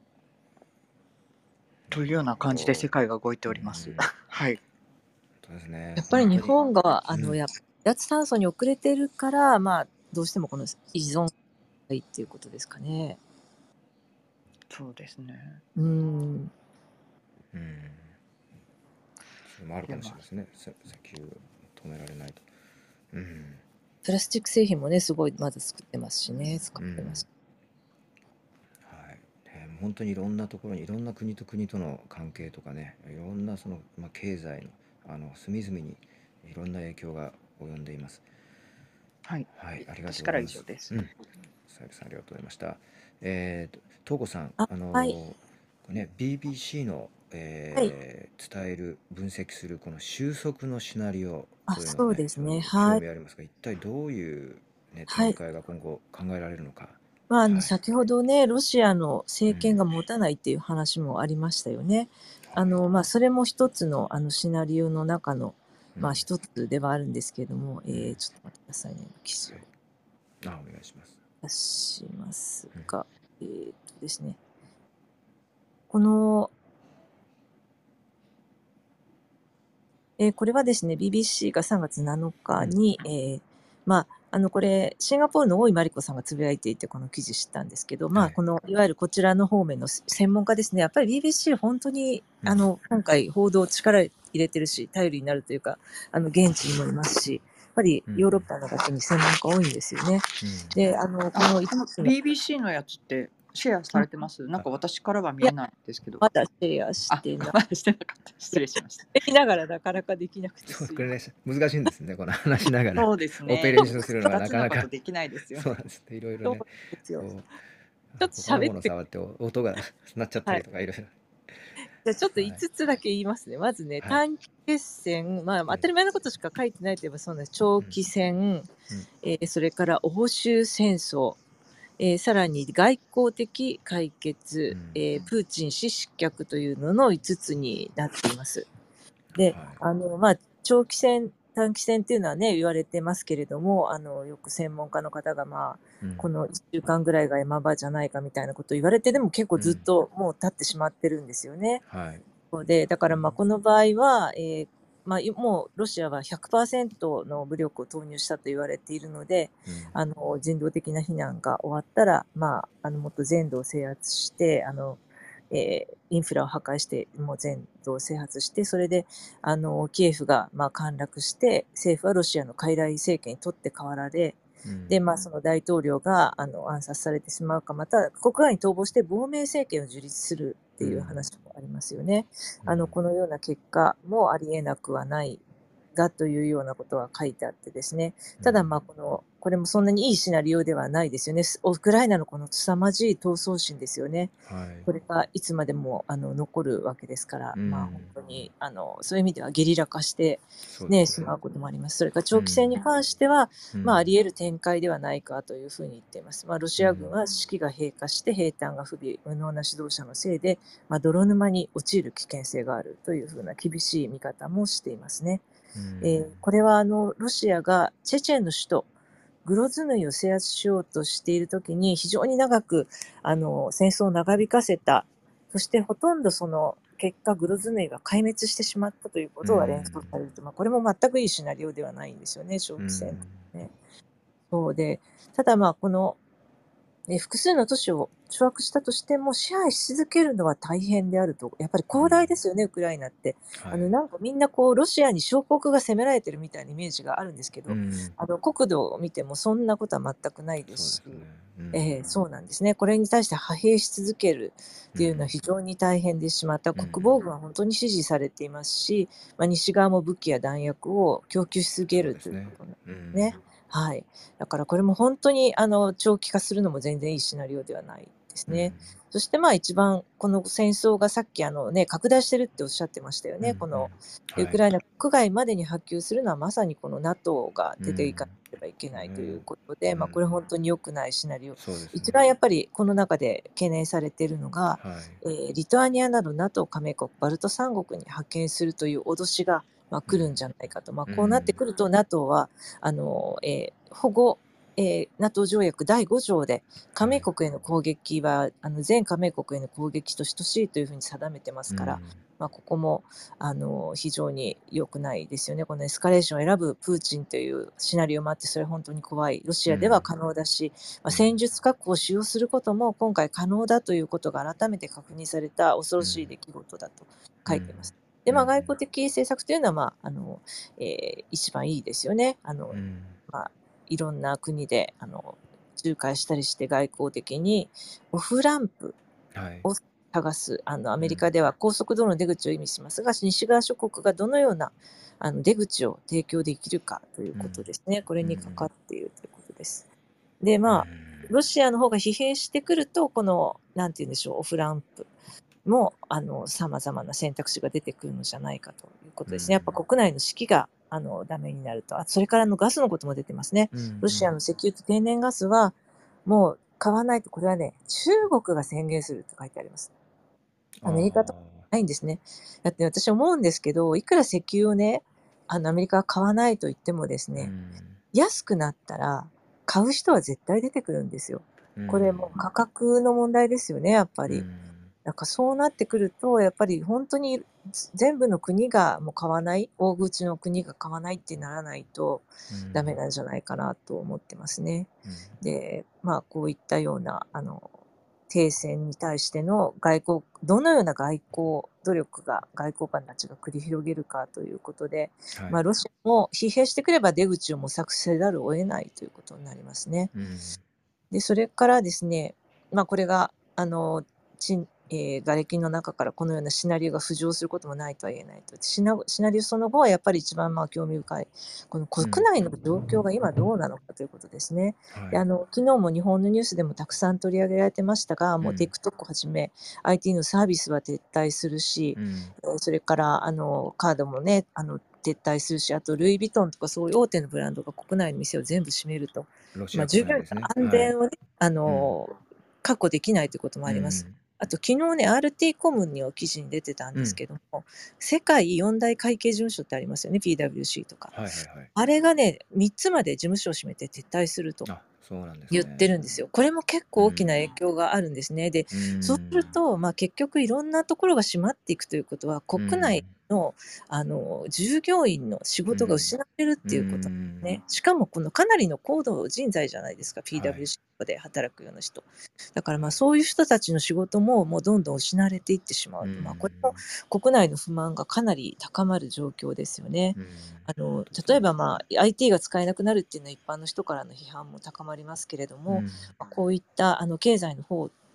というような感じで世う界が動いております。 んはい。 そうですね。 やっぱり日本が、あの、 うんやっ脱炭素に遅れてるから、まあ、どうしてもこの依存がいいっていうことですかね。 そうですね。 うん。 うんそれもあるかもしれないですね。せ石油止められないと。うんプラスチック製品もね、すごいまだ作ってますしね、使ってます。 はいね、本当にいろんなところにいろんな国と国との関係とかね、いろんなその、まあ、経済のあの隅々にいろんな影響が及んでいます。 はい。 はい、ありがとう私からございます。 以上です。 うん、さゆりさんありがとうございました。えーと、とうこさん、 ああのはいこれね、ビービーシー の、えー伝える分析するこの収束のシナリオあ、 というのをね、 そうですね。 興はい。 味ありますが、一体どういう、ね、 はい展開が今後考えられるのか。 まあ、あの、 はい先ほどね、ロシアの政権が持たないっていう話もありましたよね。あの、まあ、それも一つの、あの、シナリオの中の、まあ、一つではあるんですけれども、えー、ちょっと待ってくださいね。記事をはいあお願いします。 出しますが、えーっとですね。この、えーこれはですね、ビービーシー がさんがつなのかに、えーまあ、あの、これ、シンガポールの大井真理子さんがつぶやいていて、この記事知ったんですけど、まあ、 はいこの、いわゆるこちらの方面の専門家ですね、やっぱり ビービーシー 本当に、 うんあの、今回報道力入れてるし、頼りになるというか、あの、現地にもいますし、やっぱりヨーロッパの方に専門家多いんですよね。 うんで、あの、このいつこの ビービーシー のやつってシェアされてます？なんか私からは見えないんですけど。 まだシェアしあ、 てなまだしてなかった。失礼しました。 い。言いながらなかなかできなくてそうすいまこれね難しいんですねこの話しながらそうですね。 オペレーションするのがなかなかふたつのことできないですよね。 そうなんですいろいろそうねですよ。 こうちょっと他の喋ってもの触って音が鳴っちゃったりとかいろいろじゃあちょっとはいいつつだけ言いますね。まずね、 はい短期決戦、まあ、当たり前のことしか書いてないといえばそうなんです。長期戦、えーそれから欧州戦争、えーさらに外交的解決、 うんえープーチン氏失脚というののいつつになっています。で、 はいあの、まあ、長期戦、短期戦っていうのはね、言われてますけれども、あの、よく専門家の方が、まあ、 うんこのいっしゅうかんぐらいが山場じゃないかみたいなことを言われて、でも結構ずっともう経ってしまってるんですよね。 はいそうで、だからまあこの場合は、えーまあ、いもうロシアはひゃくパーセントの武力を投入したと言われているので、 うんあの人道的な避難が終わったら、まあ、あのもっと全土を制圧してあの、えーインフラを破壊してもう全土を制圧して、それであのキエフがまあ陥落して政府はロシアの傀儡政権に取って代わられ、 うんで、まあ、その大統領があの暗殺されてしまうか、また国外に逃亡して亡命政権を樹立するっていう話もありますよね。 うんあのこのような結果もありえなくはないがというようなことが書いてあってですね。ただ、まあ、この、これもそんなにいいシナリオではないですよね。ウクライナのこの凄まじい闘争心ですよね。 はいこれがいつまでもあの残るわけですから、 うんまあ本当にあのそういう意味ではゲリラ化して、ね、 そうですねしまうこともあります。それから長期戦に関しては、 うんまあ、あり得る展開ではないかというふうに言っています。まあ、ロシア軍は士気が低下して兵隊が不備、無能な指導者のせいで、まあ、泥沼に陥る危険性があるというふうな厳しい見方もしていますね。 うんえーこれはあのロシアがチェチェンの首都グロズヌイを制圧しようとしているときに非常に長くあの戦争を長引かせた、そしてほとんどその結果グロズヌイが壊滅してしまったということが連想されると、まあ、これも全くいいシナリオではないんですよね、長期戦、ね。そうで、ただまあこのえ複数の都市を掌握したとしても支配し続けるのは大変であると。やっぱり広大ですよね、ウクライナって。 はいあのなんかみんなこうロシアに小国が攻められてるみたいなイメージがあるんですけど、 うんあの国土を見てもそんなことは全くないですし、 そうですねうんええそうなんですね。これに対して派兵し続けるっていうのは非常に大変でしまった。 うん国防軍は本当に支持されていますし、まあ、西側も武器や弾薬を供給し続けるということなんですうんね。はい。だからこれも本当にあの長期化するのも全然いいシナリオではないですね。そしてまあ一番この戦争がさっきあのね拡大してるっておっしゃってましたよね。 うんこのうんウクライナ国外までに波及するのはまさにこの ナトー が出ていかなければいけないということで、 うんまあこれ本当に良くないシナリオ。 そうですね一番やっぱりこの中で懸念されているのが、 はいえーリトアニアなど ナトー 加盟国バルト三国に派遣するという脅しがまあ来るんじゃないかと、まあ、こうなってくると ナトー はあの、えー保護えー、ナトー 条約だいご条で加盟国への攻撃はあの全加盟国への攻撃と等しいというふうに定めてますから、 うんまあ、ここもあの非常に良くないですよね。このエスカレーションを選ぶプーチンというシナリオもあって、それ本当に怖い。ロシアでは可能だし、まあ、戦術核を使用することも今回可能だということが改めて確認された恐ろしい出来事だと書いています。で、まあ、外交的政策というのは、まああのえー一番いいですよね。あのうんまあ、いろんな国であの仲介したりして外交的にオフランプはいを探す。あのアメリカでは高速道路の出口を意味しますが、西側諸国がどのようなあの出口を提供できるかということですね。これにかかっているということです。で、まあ、ロシアの方が疲弊してくると、この、なんて言うんでしょう、オフランプも、あの、様々な選択肢が出てくるのじゃないかということですね。やっぱ国内の士気が、あの、ダメになると。あ、それからあのガスのことも出てますね。ロシアの石油と天然ガスは、もう買わないと、これはね、中国が宣言すると書いてあります。アメリカとかないんですね。だって私思うんですけど、いくら石油をね、あのアメリカは買わないと言ってもですね、安くなったら買う人は絶対出てくるんですよ。これも価格の問題ですよね、やっぱり。なんかそうなってくると、やっぱり本当に全部の国がもう買わない、大口の国が買わないってならないとダメなんじゃないかなと思ってますね。で、まあこういったような、あの、停戦に対しての外交、どのような外交努力が外交官たちが繰り広げるかということで、 はいまあロシアも疲弊してくれば出口を模索せざるを得ないということになりますね。 うんで、それからですね、まあこれが、あの、ちんえー、瓦礫の中からこのようなシナリオが浮上することもないとは言えないと。シナシナリオその後はやっぱり一番まあ興味深い、この国内の状況が今どうなのかということですね。 はいであの昨日も日本のニュースでもたくさん取り上げられてましたが、もううん TikTok をはじめ アイティー のサービスは撤退するし、 うんえーそれからあのカードもね、あの撤退するし、あとルイ・ヴィトンとかそういう大手のブランドが国内の店を全部閉めると。 ロシアまあ、従業員国内ですねの安全をね、あの確保できないということもあります。 うんあと昨日ね、アールティー コムの記事に出てたんですけども、世界四大会計事務所ってありますよね、ピーダブリューシー とか。 はいはいはいあれがね、みっつまで事務所を閉めて撤退するとあそうなんですね言ってるんですよ。これも結構大きな影響があるんですね。で、 うんそうすると、まあ、結局いろんなところが閉まっていくということは、国内の、あの従業員の仕事が失われるっていうことなんですね。しかもこのかなりの高度人材じゃないですか、ピーダブリューシー で働くような人。だからまあそういう人たちの仕事ももうどんどん失われていってしまうと。まあ、これも国内の不満がかなり高まる状況ですよね。 うんあの例えば、まあ、アイティー が使えなくなるっていうのは一般の人からの批判も高まりますけれども、 うんまあこういったあの経済の方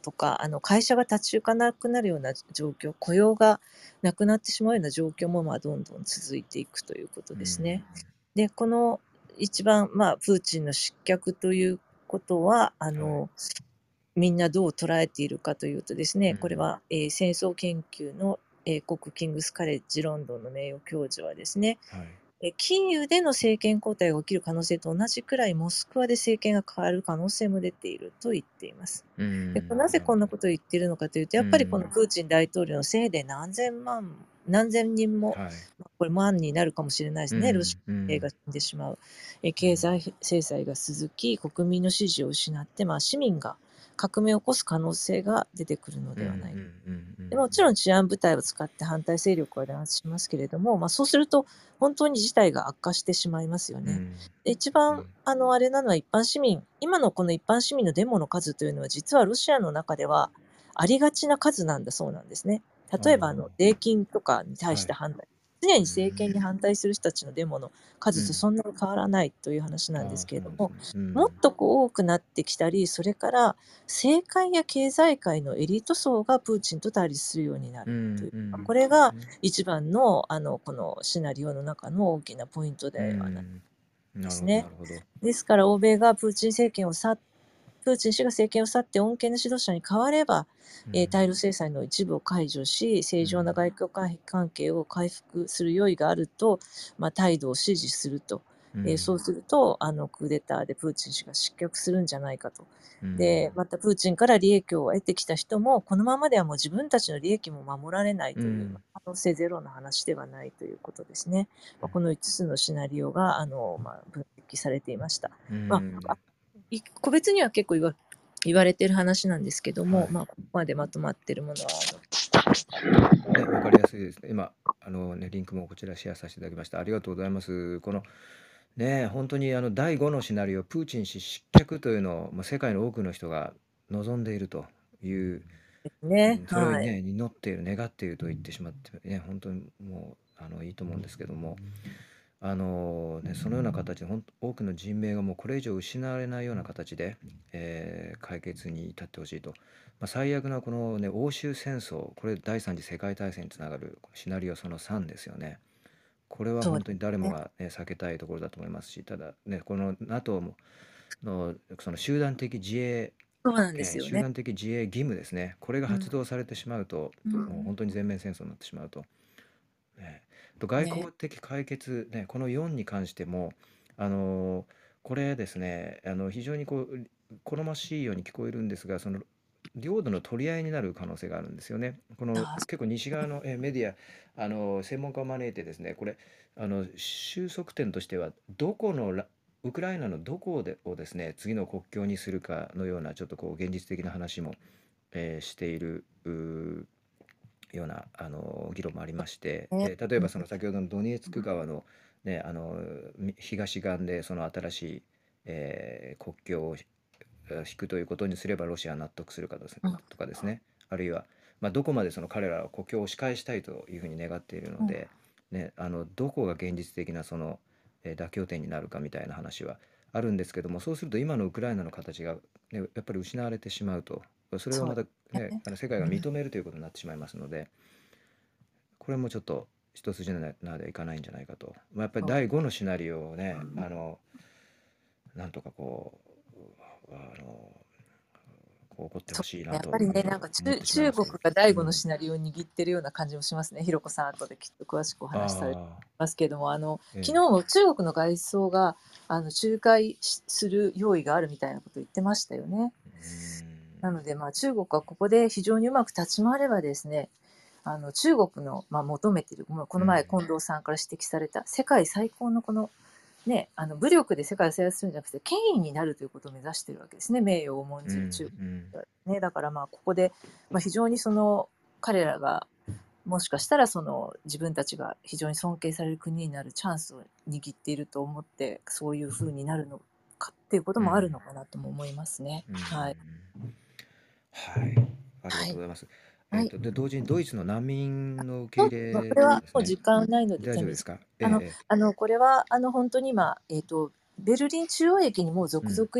とか、あの会社が立ち行かなくなるような状況、雇用がなくなってしまうような状況もまあどんどん続いていくということですね。で、この一番、まあ、プーチンの失脚ということは、あはい。 の、みんなどう捉えているかというとですうね、これん。 は、えー戦争研究の英国キングスカレッジロンドンの名誉教授はですね、 はい。 えーキーウでの政権交代が起きる可能性と同じくらいモスクワで政権が変わる可能性も出ていると言っています。 うでこれん。 なぜなるほど。 こんなことを言っているのかというと、 うやっぱりこのん。 プーチン大統領のせいで何千万、何千人も、 はい。 まあこれ万になるかもしれないでうすね、ロシん。うア兵がん。 死んでしまう。えー経うん。 済制裁が続き、国民の支持を失って、まあ、市民が革命を起こす可能性が出てくるのうん。うではないか。 ん。うん。 でもちろん治安部隊を使って反対勢力は弾圧しますけれども、まあ、そうすると本当に事態が悪化してしまいますよね。 うん。 で一う番ん。 あのあれなのは一般市民、今のこの一般市民のデモの数というのは実はロシアの中ではありがちな数なんだそうなんですね。 あ例えばあのあ。 税金とかに対はい。 して反対、常にう政権にん。 反対する人たちのデモのう数とん。 そんなに変わらないという話なんでああ、 すけれども、 そうなんですね。うもっん。 とこう多くなってきたり、それから政界や経済界のエリート層がプーチンと対立するようになうるといん。 う、 うん。 これがうん。 一番のあのこのシナリオの中の大きなポイントうではないん。なるほど、 ですね。 なるほど。 ですから欧米がプーチン政権を去っプーチン氏が政権を去って穏健な指導者に変われば、 うん。 えー対ロ制裁の一部を解除し、 う。 正常なん外交関関係を回復する用意があると、まあ、態度を支持すると。 う。 えーそうんすると、あのクーデターでプーチン氏が失脚するんじゃないかと。 うん。 で、またプーチンから利益を得てきた人も、このままではもう自分たちの利益も守られないという、 うん。 可能性ゼロの話ではないということですね。まあ、このいつつのシナリオがあの、まあ、分析されていました。 うまん。 あ、い個別には結構言わ言われてる話なんですけども、 はい。 まあ、ここまでまとまってるものは、 ね、わかりやすいですね。今、あのね、リンクもこちらシェアさせていただきました。ありがとうございます。このね、本当にあのだいごのシナリオ、プーチン氏失脚というのを、まあ、世界の多くの人が望んでいるという、 あのうね、 ん、それをはい。 ね、祈っている、願っていると言ってしまって、ね、本当にもうあのいいと思うんですけども、あのね、そのような形で本当多くの人命がもうこれ以上失われないような形で、えー解決に至ってほしいと。まあ、最悪なこの、ね、欧州戦争、これ第三次世界大戦につながるシナリオそのさんですよね。これはそうで本当に誰すね。 もが、ね、避けたいところだと思いますし、ただ、ね、この NATO ものその集団的自衛、 そうなんでえー集すよね。 団的自衛義務ですね、これがうん。 発動されてしまうと、 うもうん本当に全面戦争になってしまうと。ね、と外ね。 交的解決、ね、このよんに関しても、あのこれですね、あの非常にこう好ましいように聞こえるんですが、その領土の取り合いになる可能性があるんですよね。このあ結構西側のえメディア、あの専門家を招いてですね、これあの収束点としては、どこのラウクライナのどこでをですね、次の国境にするかのような、ちょっとこう現実的な話も、えーしているうーようなあの議論もありまして、 ね。 で例えうんばその先ほどのドネツク川の、ね、あのみ東岸でその新しい、えー国境をえー引くということにすればロシアは納得するかですうんとかですね、あるいは、まあ、どこまでその彼らは国境を押し返したいというふうに願っているのうんで、ね、あのどこが現実的なその、えー妥協点になるかみたいな話はあるんですけども、そうすると今のウクライナの形が、ね、やっぱり失われてしまうと、それをそうまた、 ですね、 ね。 あの世界がうん認めるということになってしまいますので、これもちょっと一筋縄ではいかないんじゃないかと、まあ、やっぱりそうだいごのシナリオをね、あのなんとかこう、あのこう起こってほしいなやっぱりね、 というなんか思っ中てしまいます。 中国が第五のうん。 シナリオを握ってるような感じもしますね。ひろこさん後できっと詳しくお話しされああ、 ますけれども、あのええ、 昨日も中国の外相があの仲介しする用意があるみたいなことを言ってましたよね。 うーん、 なので、まあ、中国はここで非常にうまく立ち回ればですね、あの中国の、まあ、求めている、もうこの前うん、 近藤さんから指摘された世界最高のこの、ね、あの武力で世界を制圧するんじゃなくて権威になるということを目指しているわけですね、名誉を重んうん、 じる中うん、 国はね。だからまあここで、まあ、非常にその彼らがもしかしたらその自分たちが非常に尊敬される国になるチャンスを握っていると思って、そういうふうになるのかっていうことうん、 もあるのかなとも思いますね。 うん、 はい。 はい、ありがはい。 とうございます。えっはい。 と、で、同時にドイツの難民の受けそうまあ、これ入れですね。 はもう時間ないので大手短丈夫ですか？ええ、 あの、 ええ、 あの、これは、あの、本当に今、えっと、ベルリン中央駅にもううん、 続々、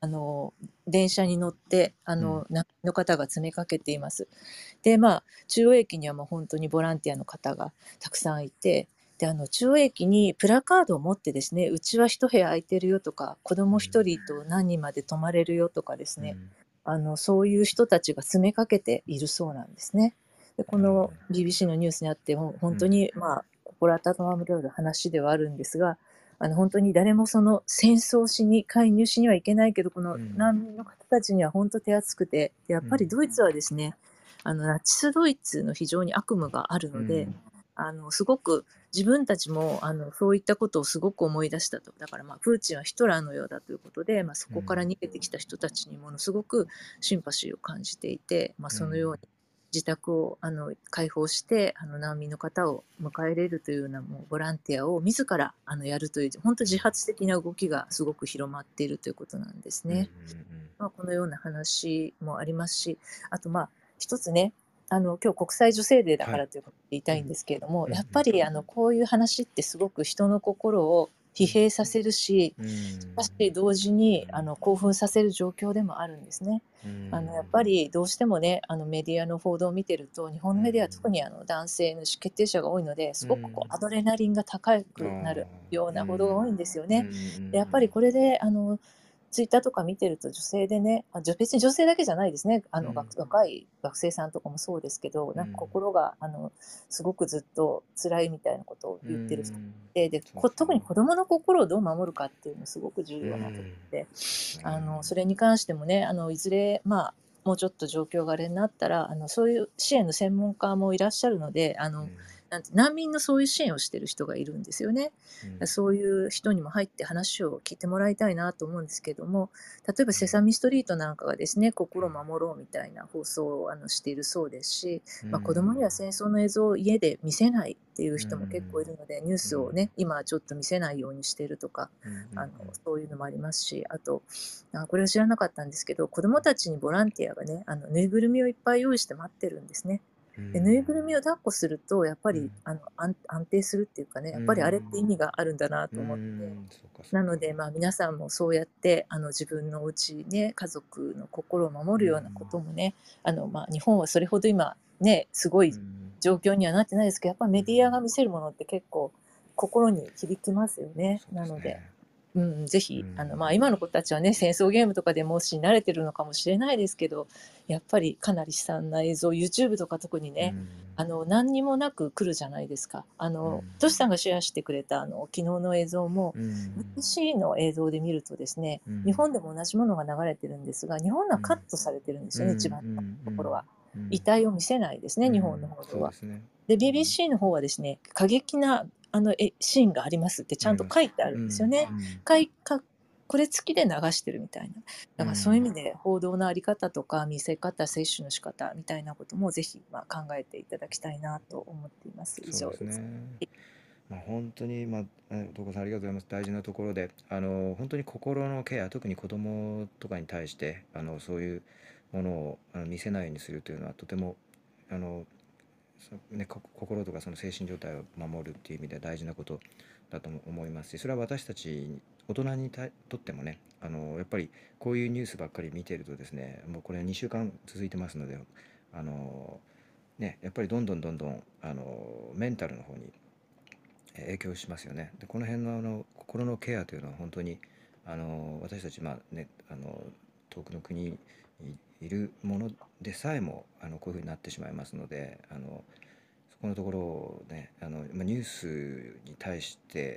あの電車に乗ってあうんの難民の方が詰めかけています。でまあ中央駅にはもう本当にボランティアの方がたくさんいて、であの中央駅にプラカードを持ってですね、うちは一部屋空いてるよとか、子供一人と何人まで泊まれるよとかですね、 うんあのそういう人たちが詰めかけているそうなんですね。でこの ビービーシー のニュースにあっても本当に、まあ心温まる話ではあるんですが、あの本当に誰もその戦争しに介入しにはいけないけど、このうん難民の方たちには本当手厚くて、でやっぱりうんドイツはですね、あのナチスドイツの非常に悪夢があるうので、 んあのすごく自分たちもあのそういったことをすごく思い出したと。だからまあプーチンはヒトラーのようだということで、まあ、そこから逃げてきた人たちにものすごくシンパシーを感じていて、まあ、そのように自宅をあの開放してあの難民の方を迎え入れるというようなもうボランティアを自らあのやるという本当自発的な動きがすごく広まっているということなんですね。まあ、このような話もありますし、あとまあ一つね、あの今日国際女性デーだからということで言いたいんですけれども、 うんやっぱりあのこういう話ってすごく人の心を疲弊させるし、 うんしかし同時にあの興奮させる状況でもあるんですね。 うんあのやっぱりどうしてもね、あのメディアの報道を見てると、日本のメディアは特にあの男性の意思決定者が多いので、すごくこうアドレナリンが高くなるような報道が多いんですよね。でやっぱりこれであのツイッターとか見てると女性でね、あじょ別に女性だけじゃないですね、あの、 うん学若い学生さんとかもそうですけど、なんか心があのすごくずっと辛いみたいなことを言ってる人で、でこ特に子どもの心をどう守るかっていうのすごく重要なことで、あのそれに関してもね、あのいずれまあもうちょっと状況があれになったら、あのそういう支援の専門家もいらっしゃるので、あの、なんて難民のそういう支援をしてる人がいるんですよね。そういう人にも入って話を聞いてもらいたいなと思うんですけども、例えばセサミストリートなんかがですね、心を守ろうみたいな放送をあのしているそうですし、まあ、子供には戦争の映像を家で見せないっていう人も結構いるので、ニュースをね、今はちょっと見せないようにしているとか、あのそういうのもありますし、あと、あこれは知らなかったんですけど、子供たちにボランティアがね、あのぬいぐるみをいっぱい用意して待ってるんですね。でぬいぐるみを抱っこするとやっぱり、あの安安定するっていうかね、やっぱりあれって意味があるんだなと思って、なのでまあ皆さんもそうやってあの自分のお家ね、家族の心を守るようなこともね、あのまあ日本はそれほど今ねすごい状況にはなってないですけど、やっぱりメディアが見せるものって結構心に響きますよね。なので。うん、ぜひ、あのまあ、今の子たちはね戦争ゲームとかでもし慣れてるのかもしれないですけど、やっぱりかなり悲惨な映像 YouTube とか特にね、あの何にもなく来るじゃないですか。あのトシさんがシェアしてくれたあの昨日の映像も ビービーシー の映像で見るとですね、日本でも同じものが流れてるんですが、日本はカットされてるんですよね、一番のところは。遺体を見せないですね、日本の報道は。で ビービーシー の方はですね、過激なあのえシーンがありますってちゃんと書いてあるんですよね。かいかこれ付きで流してるみたいな。だからそういう意味で報道のあり方とか見せ方、接種の仕方みたいなこともぜひまあ考えていただきたいなと思っています。以上です。 そうですね。まあ、本当に、まあ、東子さんありがとうございます。大事なところで、あの本当に心のケア、特に子どもとかに対してあのそういうものをあの見せないようにするというのはとてもあのね、心とかその精神状態を守るっていう意味で大事なことだと思いますし、それは私たち大人にとってもね、あのやっぱりこういうニュースばっかり見てるとですね、もうこれにしゅうかん続いてますので、あの、ね、やっぱりどんどんどんどんあのメンタルの方に影響しますよね。でこの辺のあの心のケアというのは本当にあの私たち、まあね、あの遠くの国にいるものでさえもあのこういうふうになってしまいますので、あのそこのところをね、あのニュースに対して、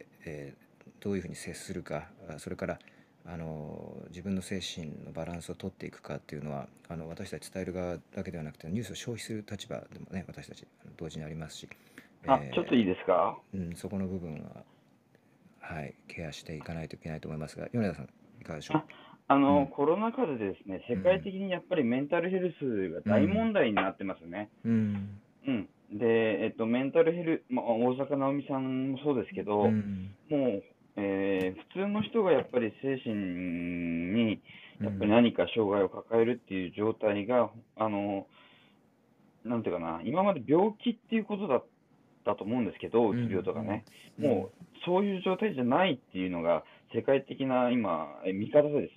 えー、どういうふうに接するか、それからあの自分の精神のバランスを取っていくかっていうのは、あの私たち伝える側だけではなくてニュースを消費する立場でもね、私たち同時にありますし、 あ、えー、ちょっといいですか、 うん、そこの部分は、はい、ケアしていかないといけないと思いますが、米田さんいかがでしょう。 あの、うん、コロナ禍でですね、世界的にやっぱりメンタルヘルスが大問題になってますね。うん。うん、で、えっと、メンタルヘルス、まあ、大坂なおみさんもそうですけど、うん、もう、えー、普通の人がやっぱり精神に、やっぱり何か障害を抱えるっていう状態が、あの、なんていうかな、今まで病気っていうことだったと思うんですけど、うつ病とかね、うんうん、もうそういう状態じゃないっていうのが世界的な今、見方でですね、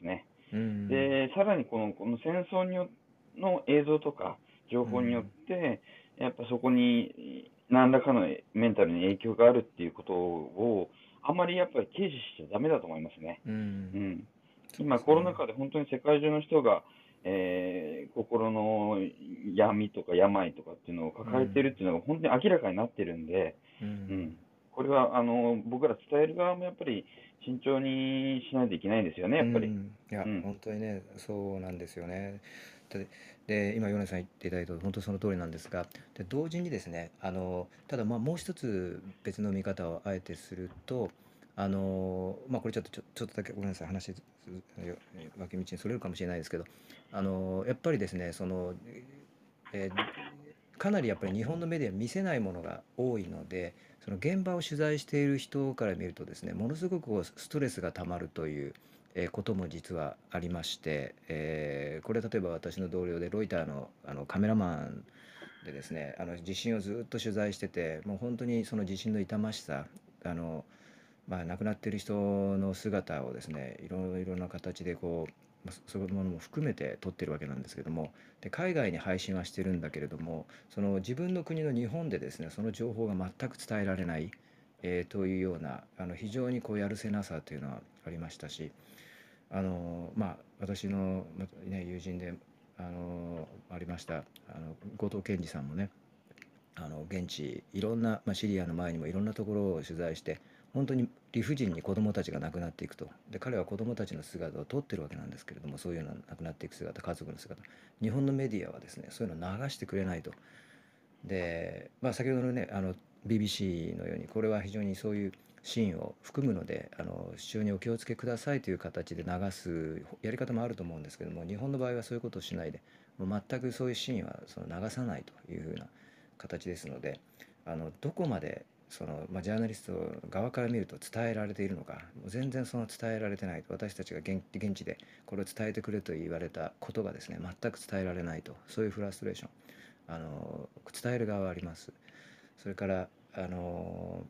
うん。 で、さらにこの、この戦争によの映像とか情う報によっん。 て、やっぱそこに何らかのメンタルに影響があるっていうことを、あまりやっぱり軽視しちゃダメだと思いますね。 う。 うんん。 そうで今コロナすね。 禍で本当に世界中の人が、えー心の闇とか病とかっていうのをう抱えてるっん。 ていうのが本当に明らかになってるんで、 ううん。 ん。 これは、あの、僕ら伝える側もやっぱり慎重にしないといけないですよね、 うやっぱり。 ん。いや、 うん。 本当にね、そうなんですよね。で、で、今、米さん言っていただいた本当その通りなんですが、で、同時にですね、あの、ただ、まあ、もう一つ別の見方をあえてすると、あの、まあ、これちょっと、ちょ、ちょっとだけごめんなさい、話、すよ脇道にそれるかもしれないですけど、あの、やっぱりですね、その、えーかなりやっぱり日本のメディア見せないものが多いので、その現場を取材している人から見るとですね、ものすごくこうストレスがたまるという、えーことも実はありまして、えーこれ例えば私の同僚でロイターの、あのカメラマンでですね、あの地震をずっと取材してて、もう本当にその地震の痛ましさ、あのまあ、亡くなっている人の姿をですね、いろいろな形でこう、まあそういうものも含めて撮ってるわけなんですけども、で海外に配信はしてるんだけれども、その自分の国の日本でですね、その情報が全く伝えられない、えーというような、あの非常にこうやるせなさというのはありましたし、あのまあ私の、まね、友人であのありましたあの後藤健二さんもね、あの現地いろんな、まあ、シリアの前にもいろんなところを取材して、本当に理不尽に子どもたちが亡くなっていくと。で彼は子どもたちの姿を撮ってるわけなんですけれども、そういうの亡くなっていく姿、家族の姿、日本のメディアはですねそういうのを流してくれないと。で、まあ、先ほどのねあの ビービーシー のように、これは非常にそういうシーンを含むので、あの視聴にお気をつけくださいという形で流すやり方もあると思うんですけども、日本の場合はそういうことをしないで、もう全くそういうシーンはその流さないというふうな形ですので、あのどこまでその、まあ、ジャーナリスト側から見ると伝えられているのか、もう全然その伝えられてないと。私たちが現現地でこれを伝えてくれと言われたことがですね全く伝えられないと、そういうフラストレーション、あの伝える側はあります。それからあの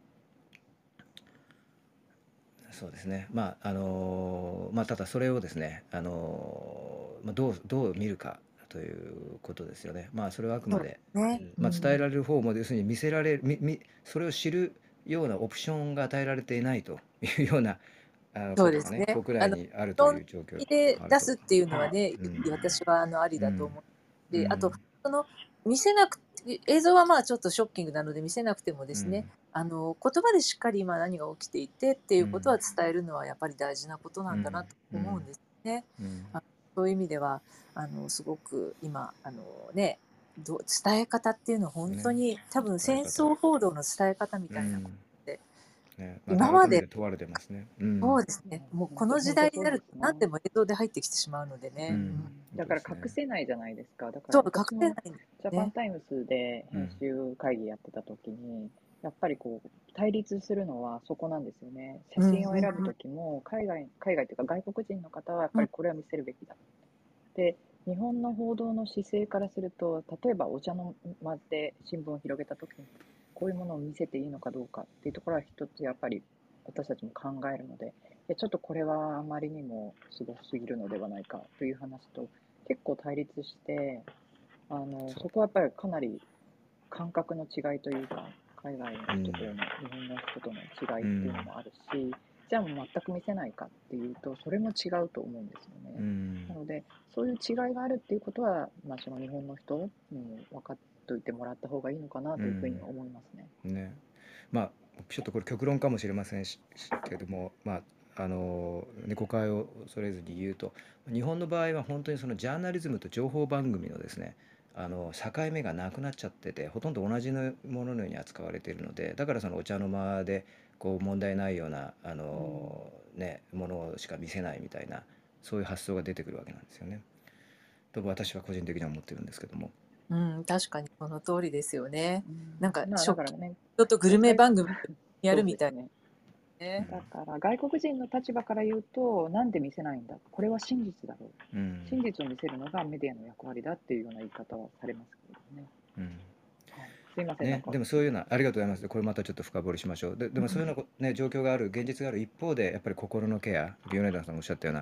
そうですね、まああのまあただそれをですね、あの、まあ、どうどう見るかということですよね。まあそれはあくそうでまで、 すね。うまあ、伝えん。 られる方も要するに見せられるみみそれを知るようなオプションが与えられていないというようなあそうことがですね。 ね国内あの、 にあると論いう状況であると。 出すっていうのはね、 うん私はあのありうんだと思うし、あと、 うんその見せなくて、映像はまあちょっとショッキングなので見せなくてもですね、 うんあの言葉でしっかり今何が起きていてっていうことうんは伝えるのはやっぱり大事なことなんだなうんとうん思うんですね。 うんあそういう意味ではあのすごく今あのね、ど伝え方っていうのは本当ね、 に多分戦伝え方、 争報道の伝え方みたいなことうんってね、また今まで改めて問われてますね。うんそうですね。 うん、 もうこ本当、 の時代に本当そうなると何ですね。 でも映像で入ってきてしまうのでね。 うんうん、 うん、 本だから当ですね。 隠せないじゃないですか。だかそう、 ら隠私もせないんですジャパンね。 タイムズで編うん集会議やってた時に、やっぱりこう対立するのはそこなんですよね。写うんうん真を選ぶ時も海外、海外というか外国人の方はやっうんぱりこれは見せるべきだ。で、日本の報道の姿勢からすると、例えばお茶の間で新聞を広げた時に、こういうものを見せていいのかどうかっていうところは一つやっぱり私たちも考えるので、いやちょっとこれはあまりにもすごすぎるのではないかという話と結構対立して、あのそう。 そこはやっぱりかなり感覚の違いというか、海外のうん人との日本の人との違いっていううんのもあるし、じゃあもう全く見せないかっていうと、それも違うと思うんですようね。なんので、そういう違いがあるっていうことは、まあ、その日本の人にも分かっといてもらった方がいいのかなというふうにうんは思いますね。 ね、まあちょっとこれ極論かもしれませんしけども、まああのね、誤解を恐れずに言うと、日本の場合は本当にそのジャーナリズムと情報番組のですね、あの境目がなくなっちゃってて、ほとんど同じのもののように扱われているので、だからそのお茶の間でこう問題ないようなあうんの、ね、ものしか見せないみたいな、そういう発想が出てくるわけなんですよね。と私は個人的には思ってるんですけども。 うん、確かにその通りですよね。なんかうん、まあだ食器からね、 人とグルメ外番組やそるみたいうですね。 なね。 だから外国人の立場から言うと、なんで見せないんだ、これは真実だろう、 うん真実を見せるのがメディアの役割だっていうような言い方はされますけれどね。 うんはい、すいません、なんね、 か、 でもそういうような、ありがとうございます。これまたちょっと深掘りしましょう。で、でもそういうようなこ、ね、状況がある、現実がある一方で、やっぱり心のケア、ビオネダさんがおっしゃったような、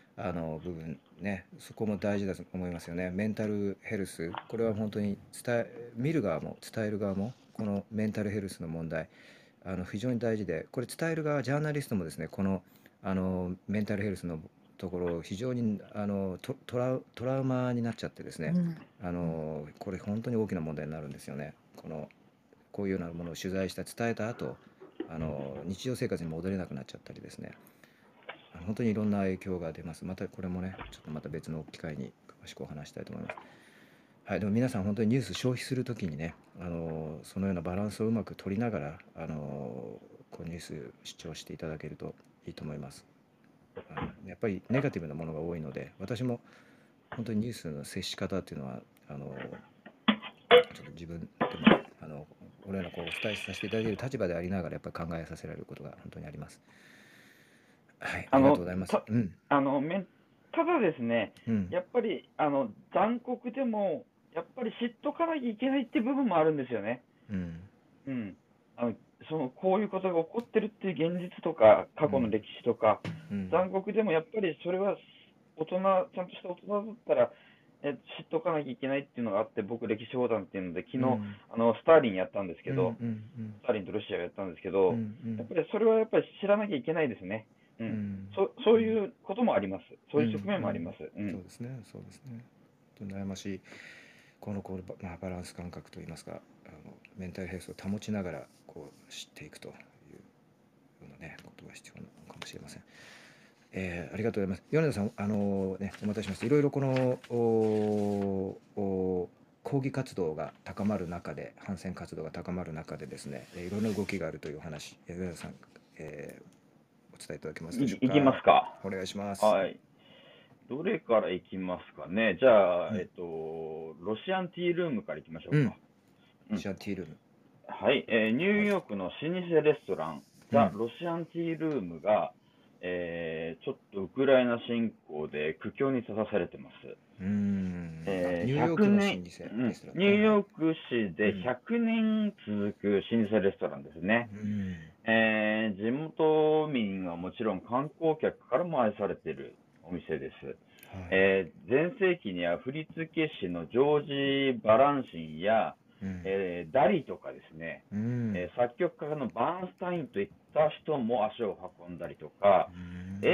あの部分ね、そこも大事だと思いますよね。メンタルヘルス、これは本当に伝え見る側も伝える側もこのメンタルヘルスの問題、あの非常に大事で、これ伝える側ジャーナリストもですね、このあのメンタルヘルスのところを非常にあのトトラウトラウマになっちゃってですね、 うんあのこれ本当に大きな問題になるんですよね。このこういうようなものを取材した伝えた後、あの日常生活に戻れなくなっちゃったりですね、本当にいろんな影響が出ます。またこれもね、ちょっとまた別の機会に詳しくお話したいと思います。はい、でも皆さん本当にニュース消費するときにね、あのそのようなバランスをうまく取りながら、あのこうニュース視聴していただけるといいと思います。あのやっぱりネガティブなものが多いので、私も本当にニュースの接し方っていうのはあのちょっと自分でもあのこのようなこうお伝えさせていただける立場でありながら、やっぱり考えさせられることが本当にあります。はい、あありがとうの、 ございます。 た、 うん、 あの、めん、ただですね、 うん、 やっぱり、あの、残酷でも、やっぱり知っとかなきゃいけないっていう部分もあるんですよね。 うん、 うん。あの、その、こういうことが起こってるっていう現実とか、過去のうん、 歴史とか、 うん、 残酷でもやっぱりそれは大人、ちゃんとした大人だったら、え、知っとかなきゃいけないっていうのがあって、僕、歴史横断っていうので、昨日、 うん、 あの、スターリンやったんですうん、うけど、 ん、 スターリンとロシアがやったんですけうん、うど、やっん、 ぱりそれはやっぱり知らなきゃいけないですね。ううん、うん。 ん、 そ、そういうこともあります。そういう側面うん、 もあります。うん。 そうですね、そうですね。本当に悩ましい、このこう、まあ、バランス感覚といいますか、あのメンタルヘルスを保ちながらこう知っていくというようなね、ことが必要なのかもしれません。えーありがとうございます。米田さん、あのね、お待たせしました。いろいろこのおお抗議活動が高まる中で、反戦活動が高まる中でですね、えーいろんな動きがあるというお話、えー米田さん、えーお伝えいただけますでしょうい、いきまか。 すか。 お願いします。 はい。どれからいきますかね。じゃあ、 うん、 えっと、ロシアンティールームからいきましょううん、 か。うん。 シャンティールーム。 はい。えーニューはい。 ヨークの老舗レストラン、ザ・うん、 ロシアンティールームが、えーちょっとウクライナ侵攻で苦境に立たされてます。 うーん、あ、 えー、 ニューヨーク 100 の老舗年、うん、 レストランニューか。はいはい。 ヨーク市でうん、 ひゃくねん続く老舗レストランですね。 うん、 えー地元民はもちろん観光客からも愛されているお店です。 はい。 えー前世紀には振付師のジョージ・バランシンや、 うん、 えーダリとかですね、 うん、 えー作曲家のバーンスタインといった人も足を運んだりとか、 うん、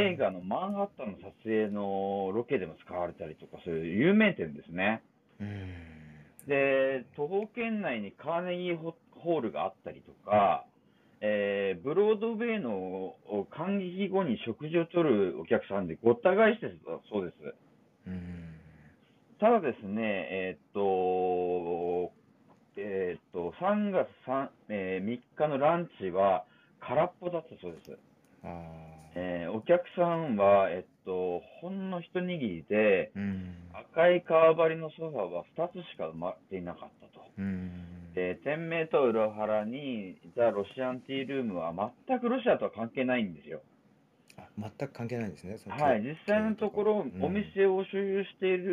映画のマンハッタンの撮影のロケでも使われたりとか、そういう有名店ですね。 うん、 で、徒歩圏内にカーネギーホホールがあったりとか、えーブロードウェイの観劇後に食事をとるお客さんでごった返してたそうです。 うん、 ただですね、えーっと、えーっと、さんがつさん、えーみっかのランチは空っぽだったそうです。 あえーお客さんは、えっと、ほんの一握りで、 ー、うん、 赤い革張りのソファーはふたつしか埋まっていなかったと。 うん、 で、店名と裏腹に、ザ・ロシアンティールームは全くロシアとは関係ないんですよ。 あ、全く関係ないんですね、その経はい、実際経営とかは。 のところ、おうん、 店を所有していうん、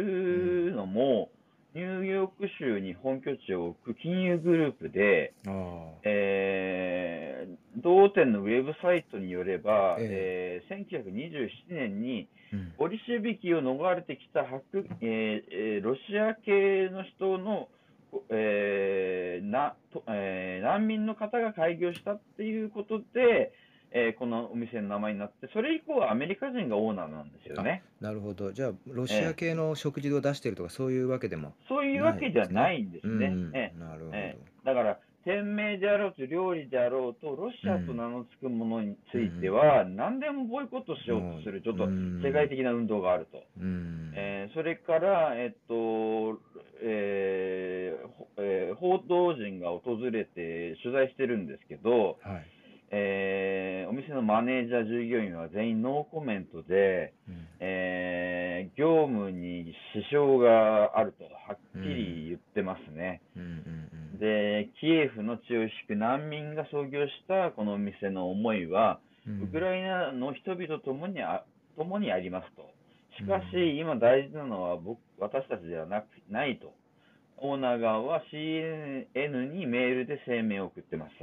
るのも、ニューヨーク州に本拠地を置く金融グループで、 ああ、 えー同店のウェブサイトによれば、 ええーせんきゅうひゃくにじゅうななねんにえ、うん、 ボリシェビキを逃れてきた白、えーえーロシア系の人の、えーなとえー難民の方が開業したっていうことで、えーこのお店の名前になって、それ以降はアメリカ人がオーナーなんですよあ、 ね。 なるほど。じゃあ、ロシアえ系の食事を出しているとか、そういうわけでもーそういうわないけではですね。 ないんでうすね。 ん、 えなるほーえど。 ーだから、店名であろうと料理であろうと、ロシアとうん、 名の付くものについてうん、 は、何でもボイコットしうん、 ようともう、 する、ちょっうと世界ん、 的な運動があると。 うん、 えーそれから、えっと、えーほえー報道陣が訪れて取材してるんですけど、 はい。 えーお店のマネージャー、従業員は全員ノーコメントで、 うん、 えー業務に支障があるとはっきうん、 り言ってますね。 うん、うん、 で、キエフの血を引く難民が創業したこのお店の思いは、 うん、 ウクライナの人々ともにあ共にありますと。しかうん、 し、今大事なのは僕私たちではなくないと。オーナー側は シーエヌエヌ にメールで声明を送ってます。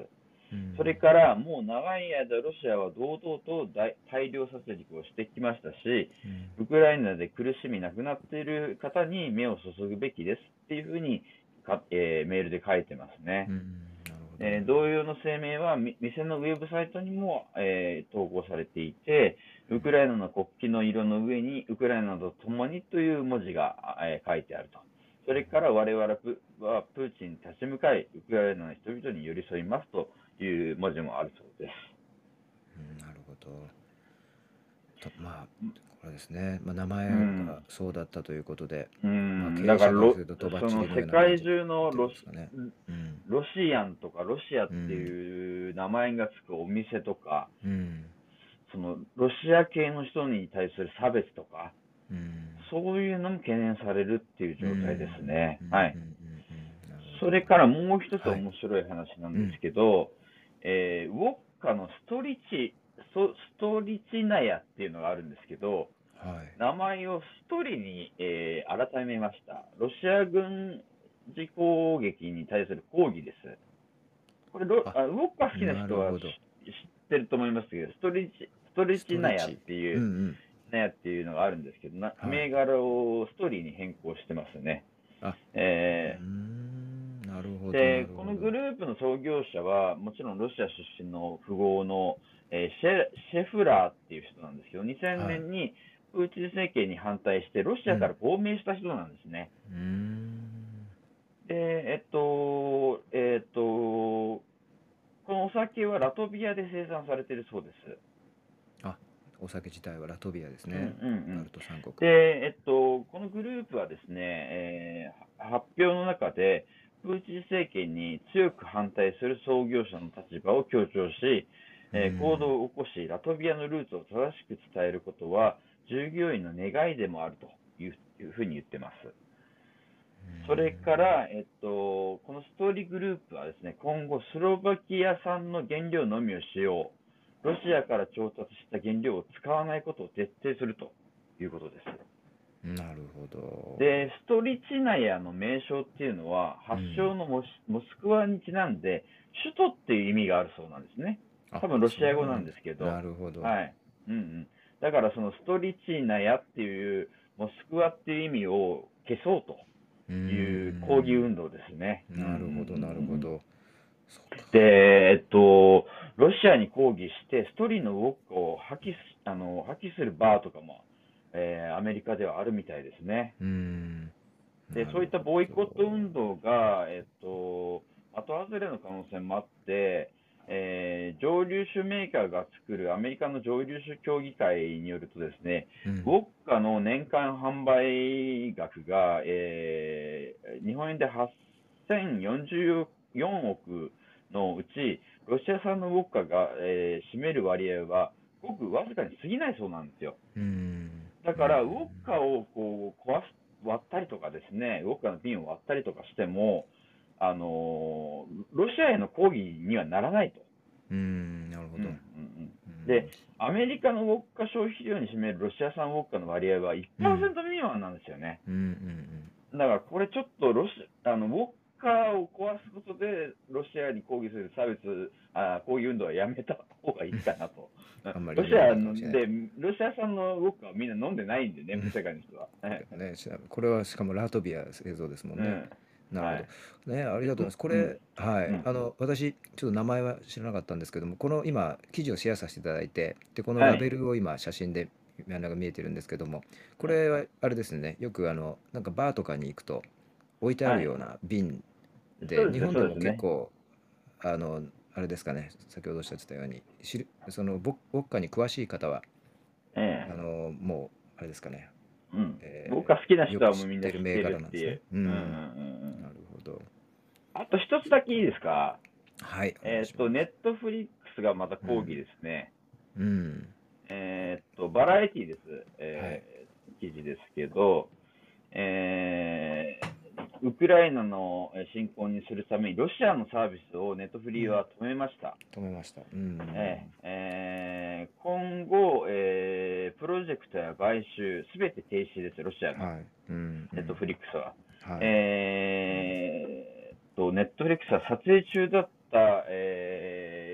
それからもう長い間、ロシアは堂々と大大量殺戮をしてきましたし、ウクライナで苦しみ亡くなっている方に目を注ぐべきですっていうふうにか、えーメールで書いてますね。 うん、なるほど。 えー同様の声明はみ店のウェブサイトにも、えー投稿されていて、ウクライナの国旗の色の上にウクライナと共にという文字が、えー書いてあると。それから我々はプはプーチンに立ち向かい、ウクライナの人々に寄り添いますという文字もあるそうです。 うん、なるほど。とまあこれですね、まあ、名前うんがそうだったということで、 うまあ、 ん、 経営だからロ者がするととばっちりその世のような感じ界中のっていうんロですかね。 シうん、 ロシアンとかロシアっていう名前がつくお店とか、 うん、 そのロシア系の人に対する差別とか、 うん、 そういうのも懸念されるっていう状態ですね。 うん、 はい。 うん、うん、うん、なるほど。 それからもう一つはい面白い話なんですけど、えーウォッカのストリチ、ストリチナヤっていうのがあるんですけど、 はい。 名前をストリに、えー改めました。ロシア軍事攻撃に対する抗議です。これロああ、ウォッカ好きな人はなるほどし知ってると思いますけど、ストリチ、ストリチナヤっていうう、 ん、うん。 ナヤっていうのがあるんですけど、なはい銘柄をストリーに変更してますね。 あ、うえーん、なるほど、なーでる、ほど。 このグループの創業者は、もちろんロシア出身の富豪の、えーシェシェフラーっていう人なんですけど、にせんねんにプーチン政権に反対して、ロシアから亡命した人なんですね。 うーん、 で、えっと、えっと、このお酒はラトビアで生産されているそうです。 あ、お酒自体はラトビアですうんね。 うんうんバルト三国。 で、えっと、このグループはですね、えー発表の中で、プーチン政権に強く反対する創業者の立場を強調し、えー行動を起こし、ラトビアのルーツを正しく伝えることは、従業員の願いでもあるといういうふうに言ってます。それから、えっと、このストーリーグループはですね、今後、スロバキア産の原料のみを使用、ロシアから調達した原料を使わないことを徹底するということです。 なるほど。 で、ストリチナヤの名称っていうのは、発祥のモス,、モスクワにちなんで、首都っていう意味があるそうなんですね。 あ多分ロシア語なんですけど。 なるほど。 はい。うんうん。だからそのストリチナヤっていう、モスクワっていう意味を消そうという抗議運動ですね。 なるほど、なるほうんど。そうか。 で、えっと、ロシアに抗議して、ストリのウォッカを破棄すあの破棄するバーとかも、えーアメリカではあるみたいですね。 うーん。 で、そういったボイコット運動が、えっと、後外れの可能性もあって、えー蒸留酒メーカーが作るアメリカの蒸留酒協議会によるとですね、 うんウォッカの年間販売額が、えー日本円ではっせんよんじゅうよんおくのうち、ロシア産のウォッカが、えー占める割合は、ごくわずかに過ぎないそうなんですよ。 うーん。 だから、ウォッカをこう壊す割ったりとかですね、ウォッカの瓶を割ったりとかしても、あのーロシアへの抗議にはならないと。 うーん、なるほど。 うんうんうん、で、アメリカのウォッカ消費量に占めるロシア産ウォッカの割合は いちパーセント 未満なんですよね。 うんうんだからこれちょっとロシあのウォッカを壊すことでロシアに抗議する差別あ抗議運動はやめた方がいいかなと。 あんまりロシア言わないかもしれないでロシア産のウォッカはみんな飲んでないんでね、世界の人は。 うん。ね、しこれはしかもラトビア製造ですもんね。 うんなるほど。ね、ありがとうございます。こうんれ、はい、 うんあの、私、ちょっと名前は知らなかったんですけども、この今、記事をシェアさせていただいて、で、このはいラベルを今、写真で、あの見えてるんですけども、これは、あれですね、よく、あの、なんかバーとかに行くと、置いてあるような瓶で、 そうですね日本でもそうですね結構、あの、あれですかね、先ほどおっしゃってたように、知るそのボウォッカに詳しい方は、 ええあの、もう、あれですかね、 うんえーウォッカ好きな人はよくもうみんな知って銘柄るっていうなんですね。。うん、 うんうんうんうんなるほど。 あと一つだけいいですか。 はい、お願えっと、 いします。 ネットフリックスがまた抗議ですね。 うん。 えっと、バラエティです、えー記事ですけど、えーウクライナのえー侵攻にするためにロシアのサービスをネットフリーは止めました。 止めました。うん。 えーえー今後、えープロジェクトや買収、すべて停止です、ロシアのはい。うん。 ネットフリックスは。 はい。 えーっと、ネットフリックスは撮影中だった、えー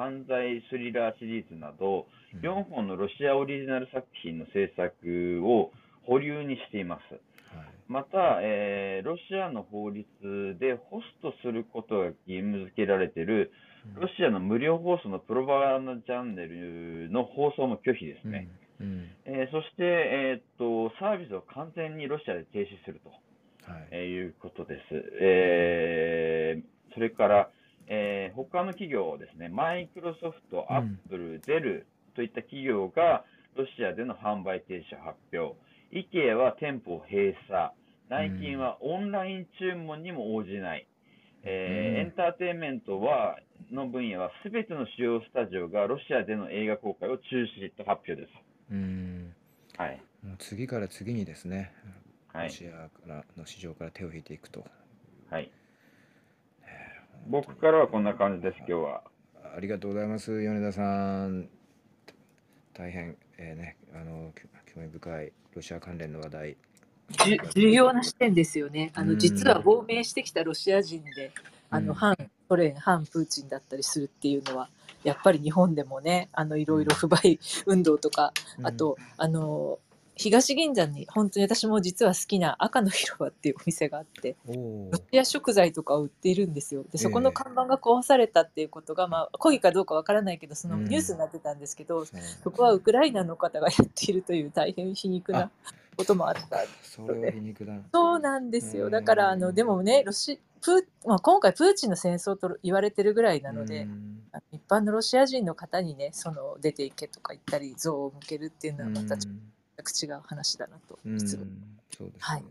犯罪スリラーシリーズなど、よんほんのロシアオリジナル作品の制作を保留にしています。 はい。 また、えーロシアの法律でホストすることが義務付けられているロシアの無料放送のプロパガンダチャンネルの放送も拒否ですね。 うんうんえーそして、えーっと、サービスを完全にロシアで停止すると、 はいえーいうことです。えーそれから、えー他の企業ですね、マイクロソフト、 うんアップル、デルといった企業がロシアでの販売停止を発表。イケアは店舗を閉鎖。ナイキンはオンライン注文にも応じない。えーエンターテインメントはの分野はすべての主要スタジオがロシアでの映画公開を中止と発表です。 うんはい。 もう次から次にですね、 はい。 ロシアからの市場から手を引いていくと。 はい。 ね僕からはこんな感じです、今日は。 ありがとうございます、米田さん。大変、えーね、あのき興味深いロシア関連の話題。 じゅ重要な視点ですよね。あのうん実は亡命してきたロシア人で、あうんの反ソ連、反プーチンだったりするっていうのは、やっぱり日本でもね、あのいろいろ不買運動とか、 うんあとあの東銀座に本当に私も実は好きな赤の広場っていうお店があって、 おおロシア食材とかを売っているんですよ。でそこの看板が壊されたっていうことが、まあ、故意かどうかわからないけど、そのニュースになってたんですけど、 そうなんですねそこはウクライナの方がやっているという大変皮肉なこともあったそれは皮肉だ。 そうなんですよ。 うんだからあのでもね、ロシプー、まあ、今回プーチンの戦争と言われてるぐらいなので、 うんあの一般のロシア人の方にね、その出ていけとか言ったり像を向けるっていうのはまた全く違う話だなとうんいつも。 そうですね。 はい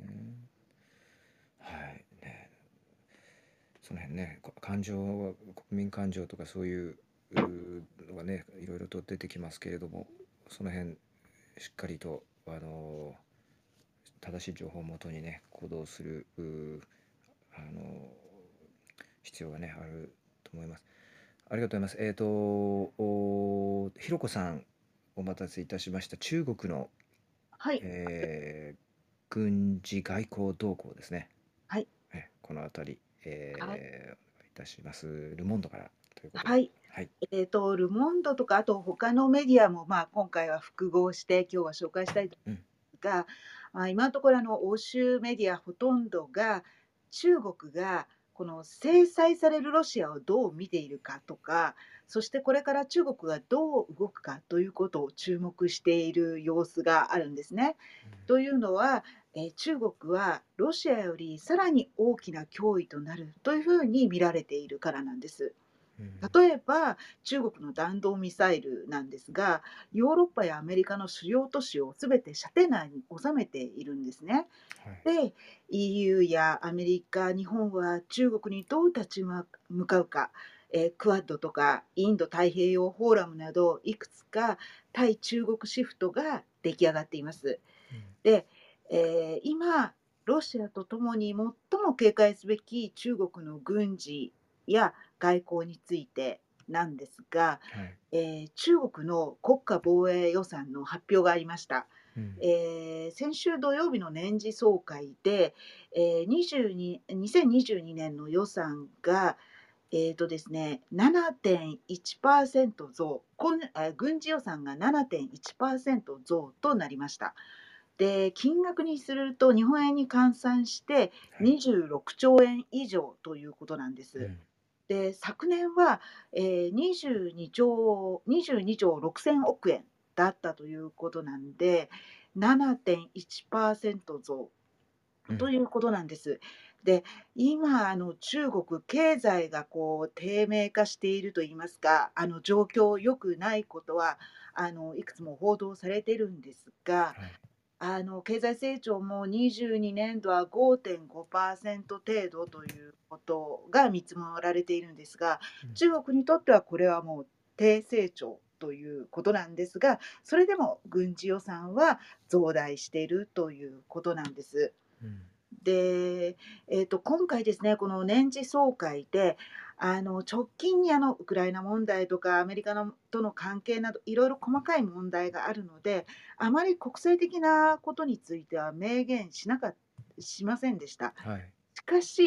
はいね。その辺ね、こ感情、国民感情とかそういううのがね、いろいろと出てきますけれども、その辺しっかりとあの正しい情報をもとにね行動するうあの必要がねあると思います。ありがとうございます。えっ、とおひろこさん、お待たせいたしました。中国の、 はい。 えー軍事外交動向ですね。 はい。 えこのあたり、えーはいお願いいたします。ルモンドからということで。 はい。 はい。 えっと、ルモンドとか、あと他のメディアも、まあ、今回は複合して、今日は紹介したいと思いますが、まあ、今のところあの欧州メディアほとんどが、中国がこの制裁されるロシアをどう見ているかとか、そしてこれから中国がどう動くかということを注目している様子があるんですね。というのは、えー中国はロシアよりさらに大きな脅威となるというふうに見られているからなんです。 うん例えば中国の弾道ミサイルなんですが、ヨーロッパやアメリカの主要都市をすべて射程内に収めているんですね。 はい。 で イーユー やアメリカ、日本は中国にどう立ち向かうか、えークアッドとかインド太平洋フォーラムなどいくつか対中国シフトが出来上がっています。で、えー今ロシアとともに最も警戒すべき中国の軍事や外交についてなんですが、 はい。 えー中国の国家防衛予算の発表がありました。 うんえー先週土曜日の年次総会で、えーにじゅうににせんにじゅうにねんの予算が、えーとですね、ななてんいちパーセント増、こんあ軍事予算が ななてんいちパーセント 増となりました。で、金額にすると日本円に換算してにじゅうろくちょうえん以上ということなんです。 うんで、昨年は、えー、にじゅうにちょう、にじゅうにちょうろくせんおくえんだったということなんで、ななてんいちパーセント 増うんということなんです。で、今あの中国経済がこう低迷化しているといいますか、あの状況良くないことはあのいくつも報道されているんですが、 はい。 あの経済成長もにじゅうにねんどは ごてんごパーセント 程度ということが見積もられているんですが、 うん中国にとってはこれはもう低成長ということなんですが、それでも軍事予算は増大しているということなんです。 うんで、えー、と今回ですね、この年次総会であの直近にあのウクライナ問題とかアメリカのとの関係などいろいろ細かい問題があるので、あまり国際的なことについては明言しなかしませんでした。 はい。 しかし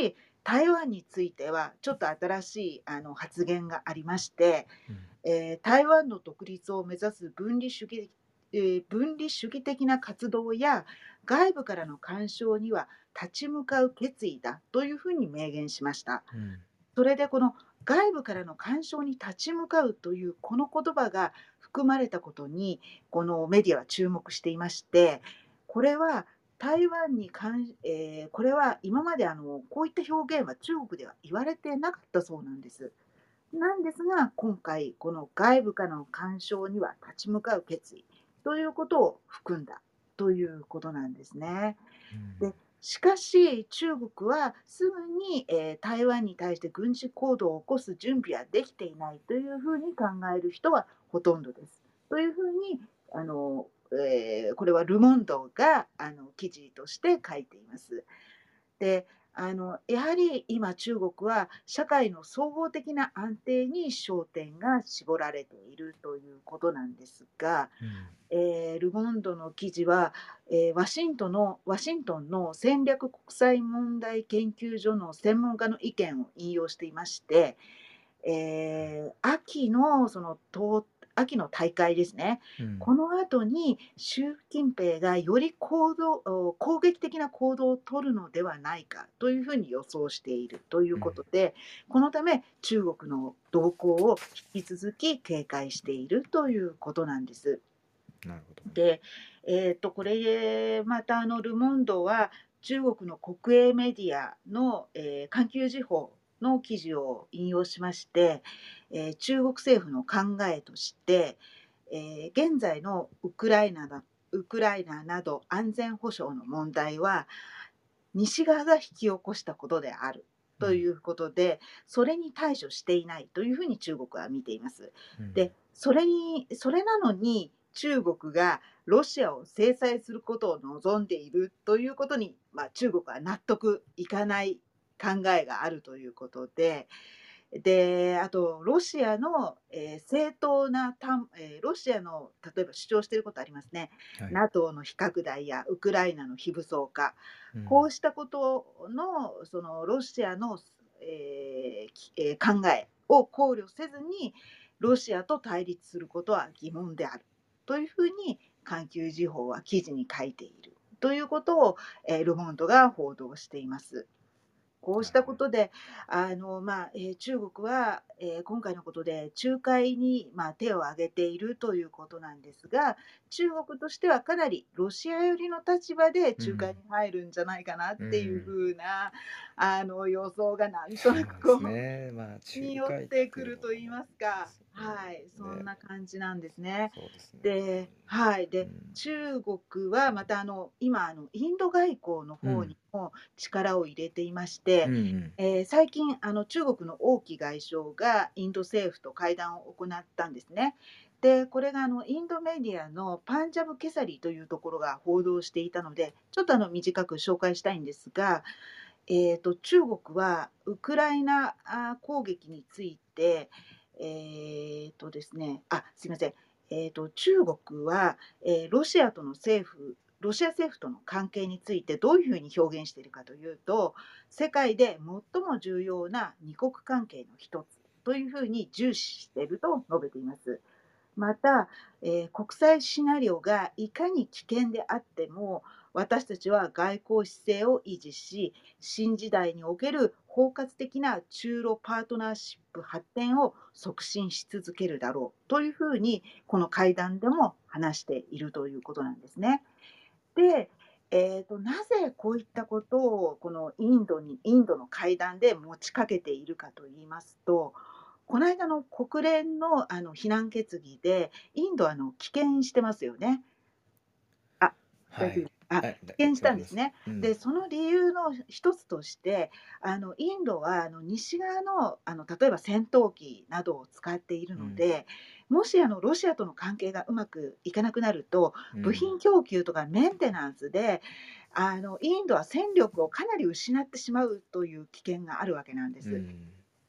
台湾についてはちょっと新しいあの発言がありまして、えー台湾の独立を目指す分離主義、えー分離主義的な活動や外部からの干渉には立ち向かう決意だというふうに明言しました。 うんそれでこの外部からの干渉に立ち向かうというこの言葉が含まれたことにこのメディアは注目していまして、これは台湾に関、えーこれは今まであのこういった表現は中国では言われてなかったそうなんです。なんですが、今回この外部からの干渉には立ち向かう決意ということを含んだということなんですね。 うんでしかし中国はすぐに、えー台湾に対して軍事行動を起こす準備はできていないというふうに考える人はほとんどです。というふうにあの、えーこれはル・モンドがあの記事として書いています。であのやはり今中国は社会の総合的な安定に焦点が絞られているということなんですが、 うんえール・モンドの記事は、えーワシントンのワシントンの戦略国際問題研究所の専門家の意見を引用していまして、えー秋のその党秋の大会ですね、 うんこの後に習近平がより行動お攻撃的な行動を取るのではないかというふうに予想しているということで、このため中国の動向を引き続き警戒しているということなんです。 なるほど。 で、えー、とこれまたあのル・モンドは中国の国営メディアの、えー環球時報の記事を引用しまして、えー中国政府の考えとして、えー現在のウクライナなウクライナなど安全保障の問題は西側が引き起こしたことであるということで、それに対処していないというふうに中国は見ています。 うんで、それに、それなのに中国がロシアを制裁することを望んでいるということに、まあ、中国は納得いかない考えがあるということで、で、あと、ロシアの、えー正当なたん、えーロシアの例えば主張していることありますね。 はいナトー の非拡大やウクライナの非武装化、 うんこうしたことのそのロシアの、えーきえー考えを考慮せずにロシアと対立することは疑問であるというふうに環球時報は記事に書いているということを、えール・モンドが報道しています。こうしたことで、あのまあえー中国は、えー今回のことで仲介に、まあ、手を挙げているということなんですが、中国としてはかなりロシア寄りの立場で仲介に入るんじゃないかなっていうふうな、あの予想がなんとなくこそうう、 ですね。まあ、 によってくると言いますか、はい、そんな感じなんですね。 そうですね。 で、はい、で、 うん中国はまたあの今あのインド外交の方にも力を入れていまして、 うんうんえー最近あの中国の王毅外相がインド政府と会談を行ったんですね。で、これがあのインドメディアのパンジャブ・ケサリーというところが報道していたので、ちょっとあの短く紹介したいんですが、えー、と中国はウクライナあ攻撃について、えーとですね、あすいません、えー、と中国は、えーロシアとの政府ロシア政府との関係についてどういうふうに表現しているかというと、世界で最も重要な二国関係の一つというふうに重視していると述べています。また、えー国際シナリオがいかに危険であっても、私たちは外交姿勢を維持し、新時代における包括的な中ロパートナーシップ発展を促進し続けるだろうというふうに、この会談でも話しているということなんですね。で、えーと、なぜこういったことをこのインドにインドの会談で持ちかけているかといいますと、この間の国連のあの非難決議でインドはあの棄権してますよね。あ、 はい。 あはい棄権したんですね。 うんで、その理由の一つとして、あのインドはあの西側のあの例えば戦闘機などを使っているので、もしあのロシアとの関係がうまくいかなくなると、 うん部品供給とかメンテナンスで、あのインドは戦力をかなり失ってしまうという危険があるわけなんです。 うん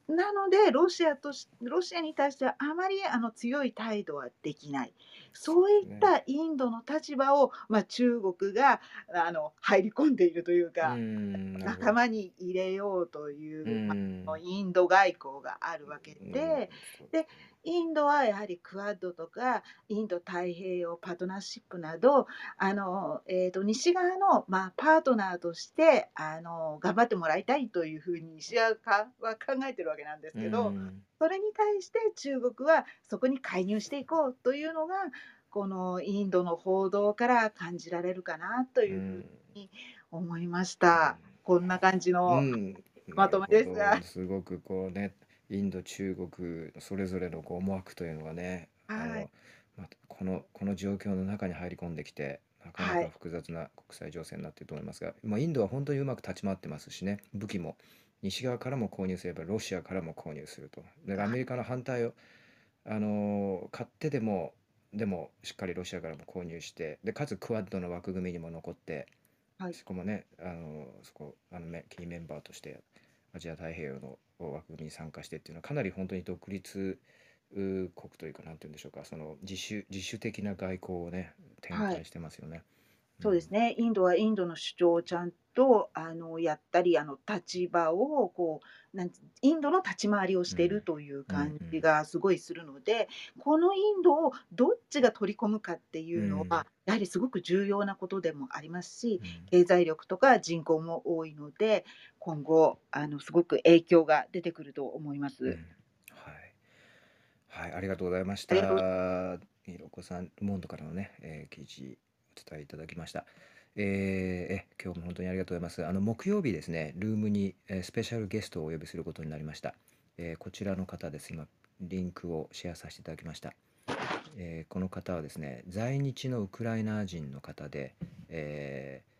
なので、ロシアとしロシアに対してはあまりあの強い態度はできない。そういっね。 たインドの立場を、まあ、中国があの入り込んでいるといううーか、 ん、なるほ仲ど。 間に入れようとういう、まあ、 ーん、 インド外交があるわけうん、 で、 そうで、インドはやはりクアッドとかインド太平洋パートナーシップなど、あの、えーと、西側の、まあ、パートナーとしてあの頑張ってもらいたいというふうに西側は考えてるわけなんですうけど、 ん、 それに対して中国はそこに介入していこうというのがこのインドの報道から感じられるかなとういうふうん、 に思いましうた。こんな感じん、うのん、なまとめるほですが、 ど。すごくこうね、インド、中国、それぞれのこう思惑というのがね、あはい、 の、まあ、この、この状況の中に入り込んできて、なかなはい、 か複雑な国際情勢になっていると思いますが、まあ、インドは本当にうまく立ち回ってますしね、武器も西側からも購入すれば、ロシアからも購入すると。だからアメリカの反対を、あの買ってでも、でもしっかりロシアからも購入して、で、かつクアッドの枠組みにも残って、 はい、 そこもね、あのそこあのキーメンバーとしてアジア太平洋の枠組みに参加してっていうのはかなり本当に独立国というか、なんていうんでしょうか、その自主自主的な外交をね展はい。 開してますよね。うん、 そうですね。インドはインドの主張をちゃんとあのやったり、あの立場をこうなんつインドの立ち回りをしているうん、 といううん、 感じがすごいするので、このインドをどっちが取り込むかってうん、 いうのは、 うん、 やはりすごく重要なことでもありますし、 うん、 経済力とか人口も多いので、今後あのすごく影響が出てくると思います。 うん、はい、はい、ありがとうございましありがとうございた。ひろこさん、ルモンドからのね、えー記事お伝えいただきました。えーえ、今日も本当にありがとうございます。あの、木曜日ですね、ルームに、えースペシャルゲストをお呼びすることになりました。えーこちらの方です。今、リンクをシェアさせていただきました。えーこの方はですね、在日のウクライナ人の方で、えー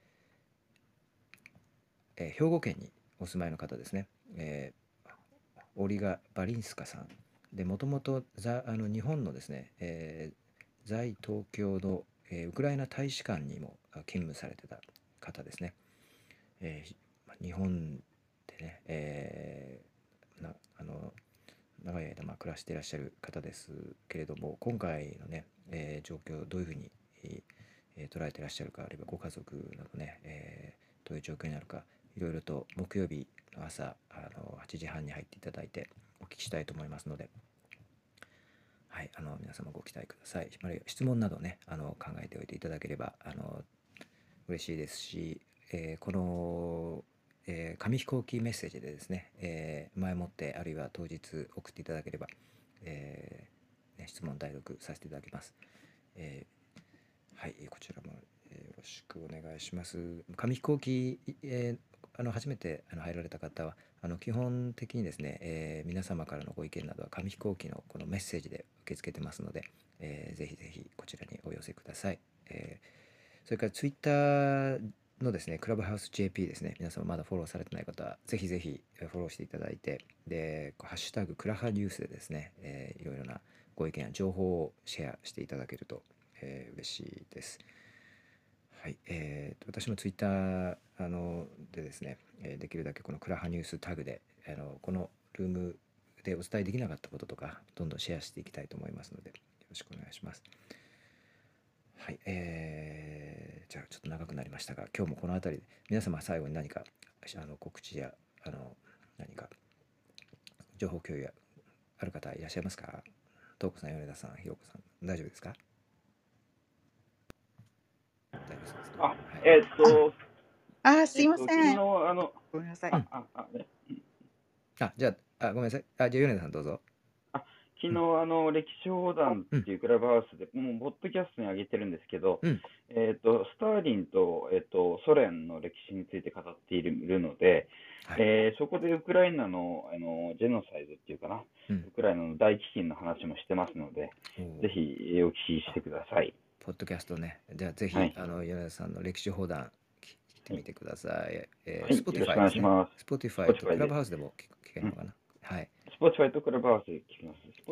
えー兵庫県にお住まいの方ですね。えーオリガ・バリンスカさんで、もともとざあの日本のですね、えー在東京の、えーウクライナ大使館にもあ勤務されてた方ですね。えーひまあ日本でね、えーなあの長い間まあ暮らしていらっしゃる方ですけれども、今回のね、えー状況をどういうふうに、えー捉えていらっしゃるか、あるいはご家族などね、えーどういう状況になるか、いろいろと木曜日の朝あのはちじはんに入っていただいてお聞きしたいと思いますので、はい、あの皆様ご期待ください。あるいは質問などね、あの考えておいていただければあの嬉しいですし、えーこの、えー紙飛行機メッセージでですね、えー前もってあるいは当日送っていただければ、えーね、質問代読させていただきます。えーはい、こちらも、えーよろしくお願いします。紙飛行機、えーあの初めてあの入られた方はあの基本的にですね、えー皆様からのご意見などは紙飛行機のこのメッセージで受け付けてますので、えーぜひぜひこちらにお寄せください。えーそれからツイッターのですね、クラブハウス ジェーピー ですね、皆様まだフォローされてない方は、ぜひぜひフォローしていただいて、で、ハッシュタグクラハニュースでですね、えーいろいろなご意見や情報をシェアしていただけると、えー嬉しいです。はい、えーと、私もツイッターあのでですね、えーできるだけこのクラハニュースタグで、あのこのルームでお伝えできなかったこととか、どんどんシェアしていきたいと思いますので、よろしくお願いします。はい、えー、じゃあちょっと長くなりましたが、今日もこの辺りで皆様最後に何かあの告知やあの何か情報共有ある方いらっしゃいますか？東子さん、米田さん、ひろこさん、大丈夫ですか？大丈夫ですか？ あ、 はい。 えーっと、 あーすいませえーっと、昨日、 ん。 あの、 ごめんなさい。 うん。 あ、あ、あ、ね、 あ、じゃあ、あ、ごめんなさい。あ、じゃあ、米田さんどうぞ。 あ、昨日、 うん、 あの、歴史横断うん、 っていうクラブハウスで、もう、ポッドキャストに上げてるんですけど、 うん。 えっと、スターリンと、えっと、ソ連の歴史について語っているので、 はい。 えーそこでウクライナの、あの、ジェノサイドっていうかな、 うん。 ウクライナの大飢饉の話もしてますので、 おーぜひお聞きしてください。 ポッドキャストね。じゃあ、ぜひ、 はい。 あの、米田さんの歴史放談聞いてみてください。えー、 はい。よろしくお Spotify 願ですね。 いします。 Spotify と Spotify クラブで。 ハウスでも聞聞けうん。 るのかな。はい。 Spotify とクラブハウスで聞きます。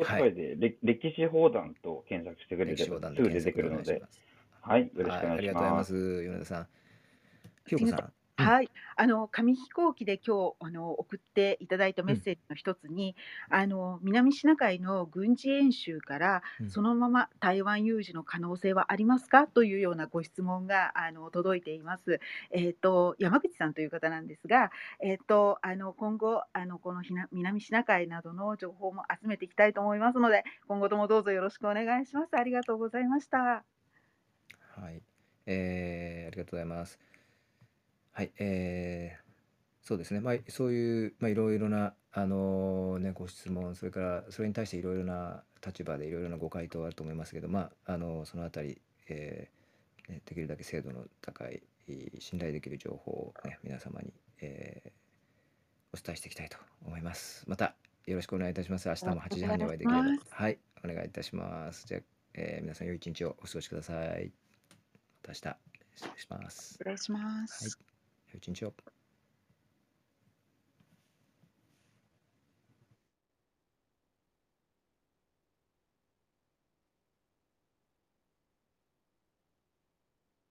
はい。 Spotify でれ歴史放談と検索してくれ歴れば史放談ですぐ出て検索でおくるので、 願いします。 はい。よろしくはい。 お願いありがとうございまします。 す。米田さん。ひろありがとうこさん。 うん。 はい。あの、紙飛行機で今日、あの、送っていただいたうん。 メッセージの一つに、あの、南シナ海の軍事演習から、 うん。 そのまま台湾有事の可能性はありますかというようなご質問が、あの、届いています。えっと、山口さんという方なんですが、えっと、あの、今後、あの、このひな南シナ海などの情報も集めていきたいと思いますので、今後ともどうぞよろしくお願いします。ありがとうございました。 はい。えー、ありがとうございます。はい。えー、そうですね。まあ、そういう、まあ、いろいろな、あのね、ご質問、それから、それに対していろいろな立場でいろいろなご回答あると思いますけど、まあ、あの、そのあたり、えーね、できるだけ精度の高い、信頼できる情報をね、皆様に、えーお伝えしていきたいと思います。また、よろしくお願いいたします。明日も8時半にお会いできれば。はい。お願いいたします。じゃあ、えー皆さん良い一日をお過ごしください。また明日、失礼します。 失礼しまはい。 す。 良い一日を。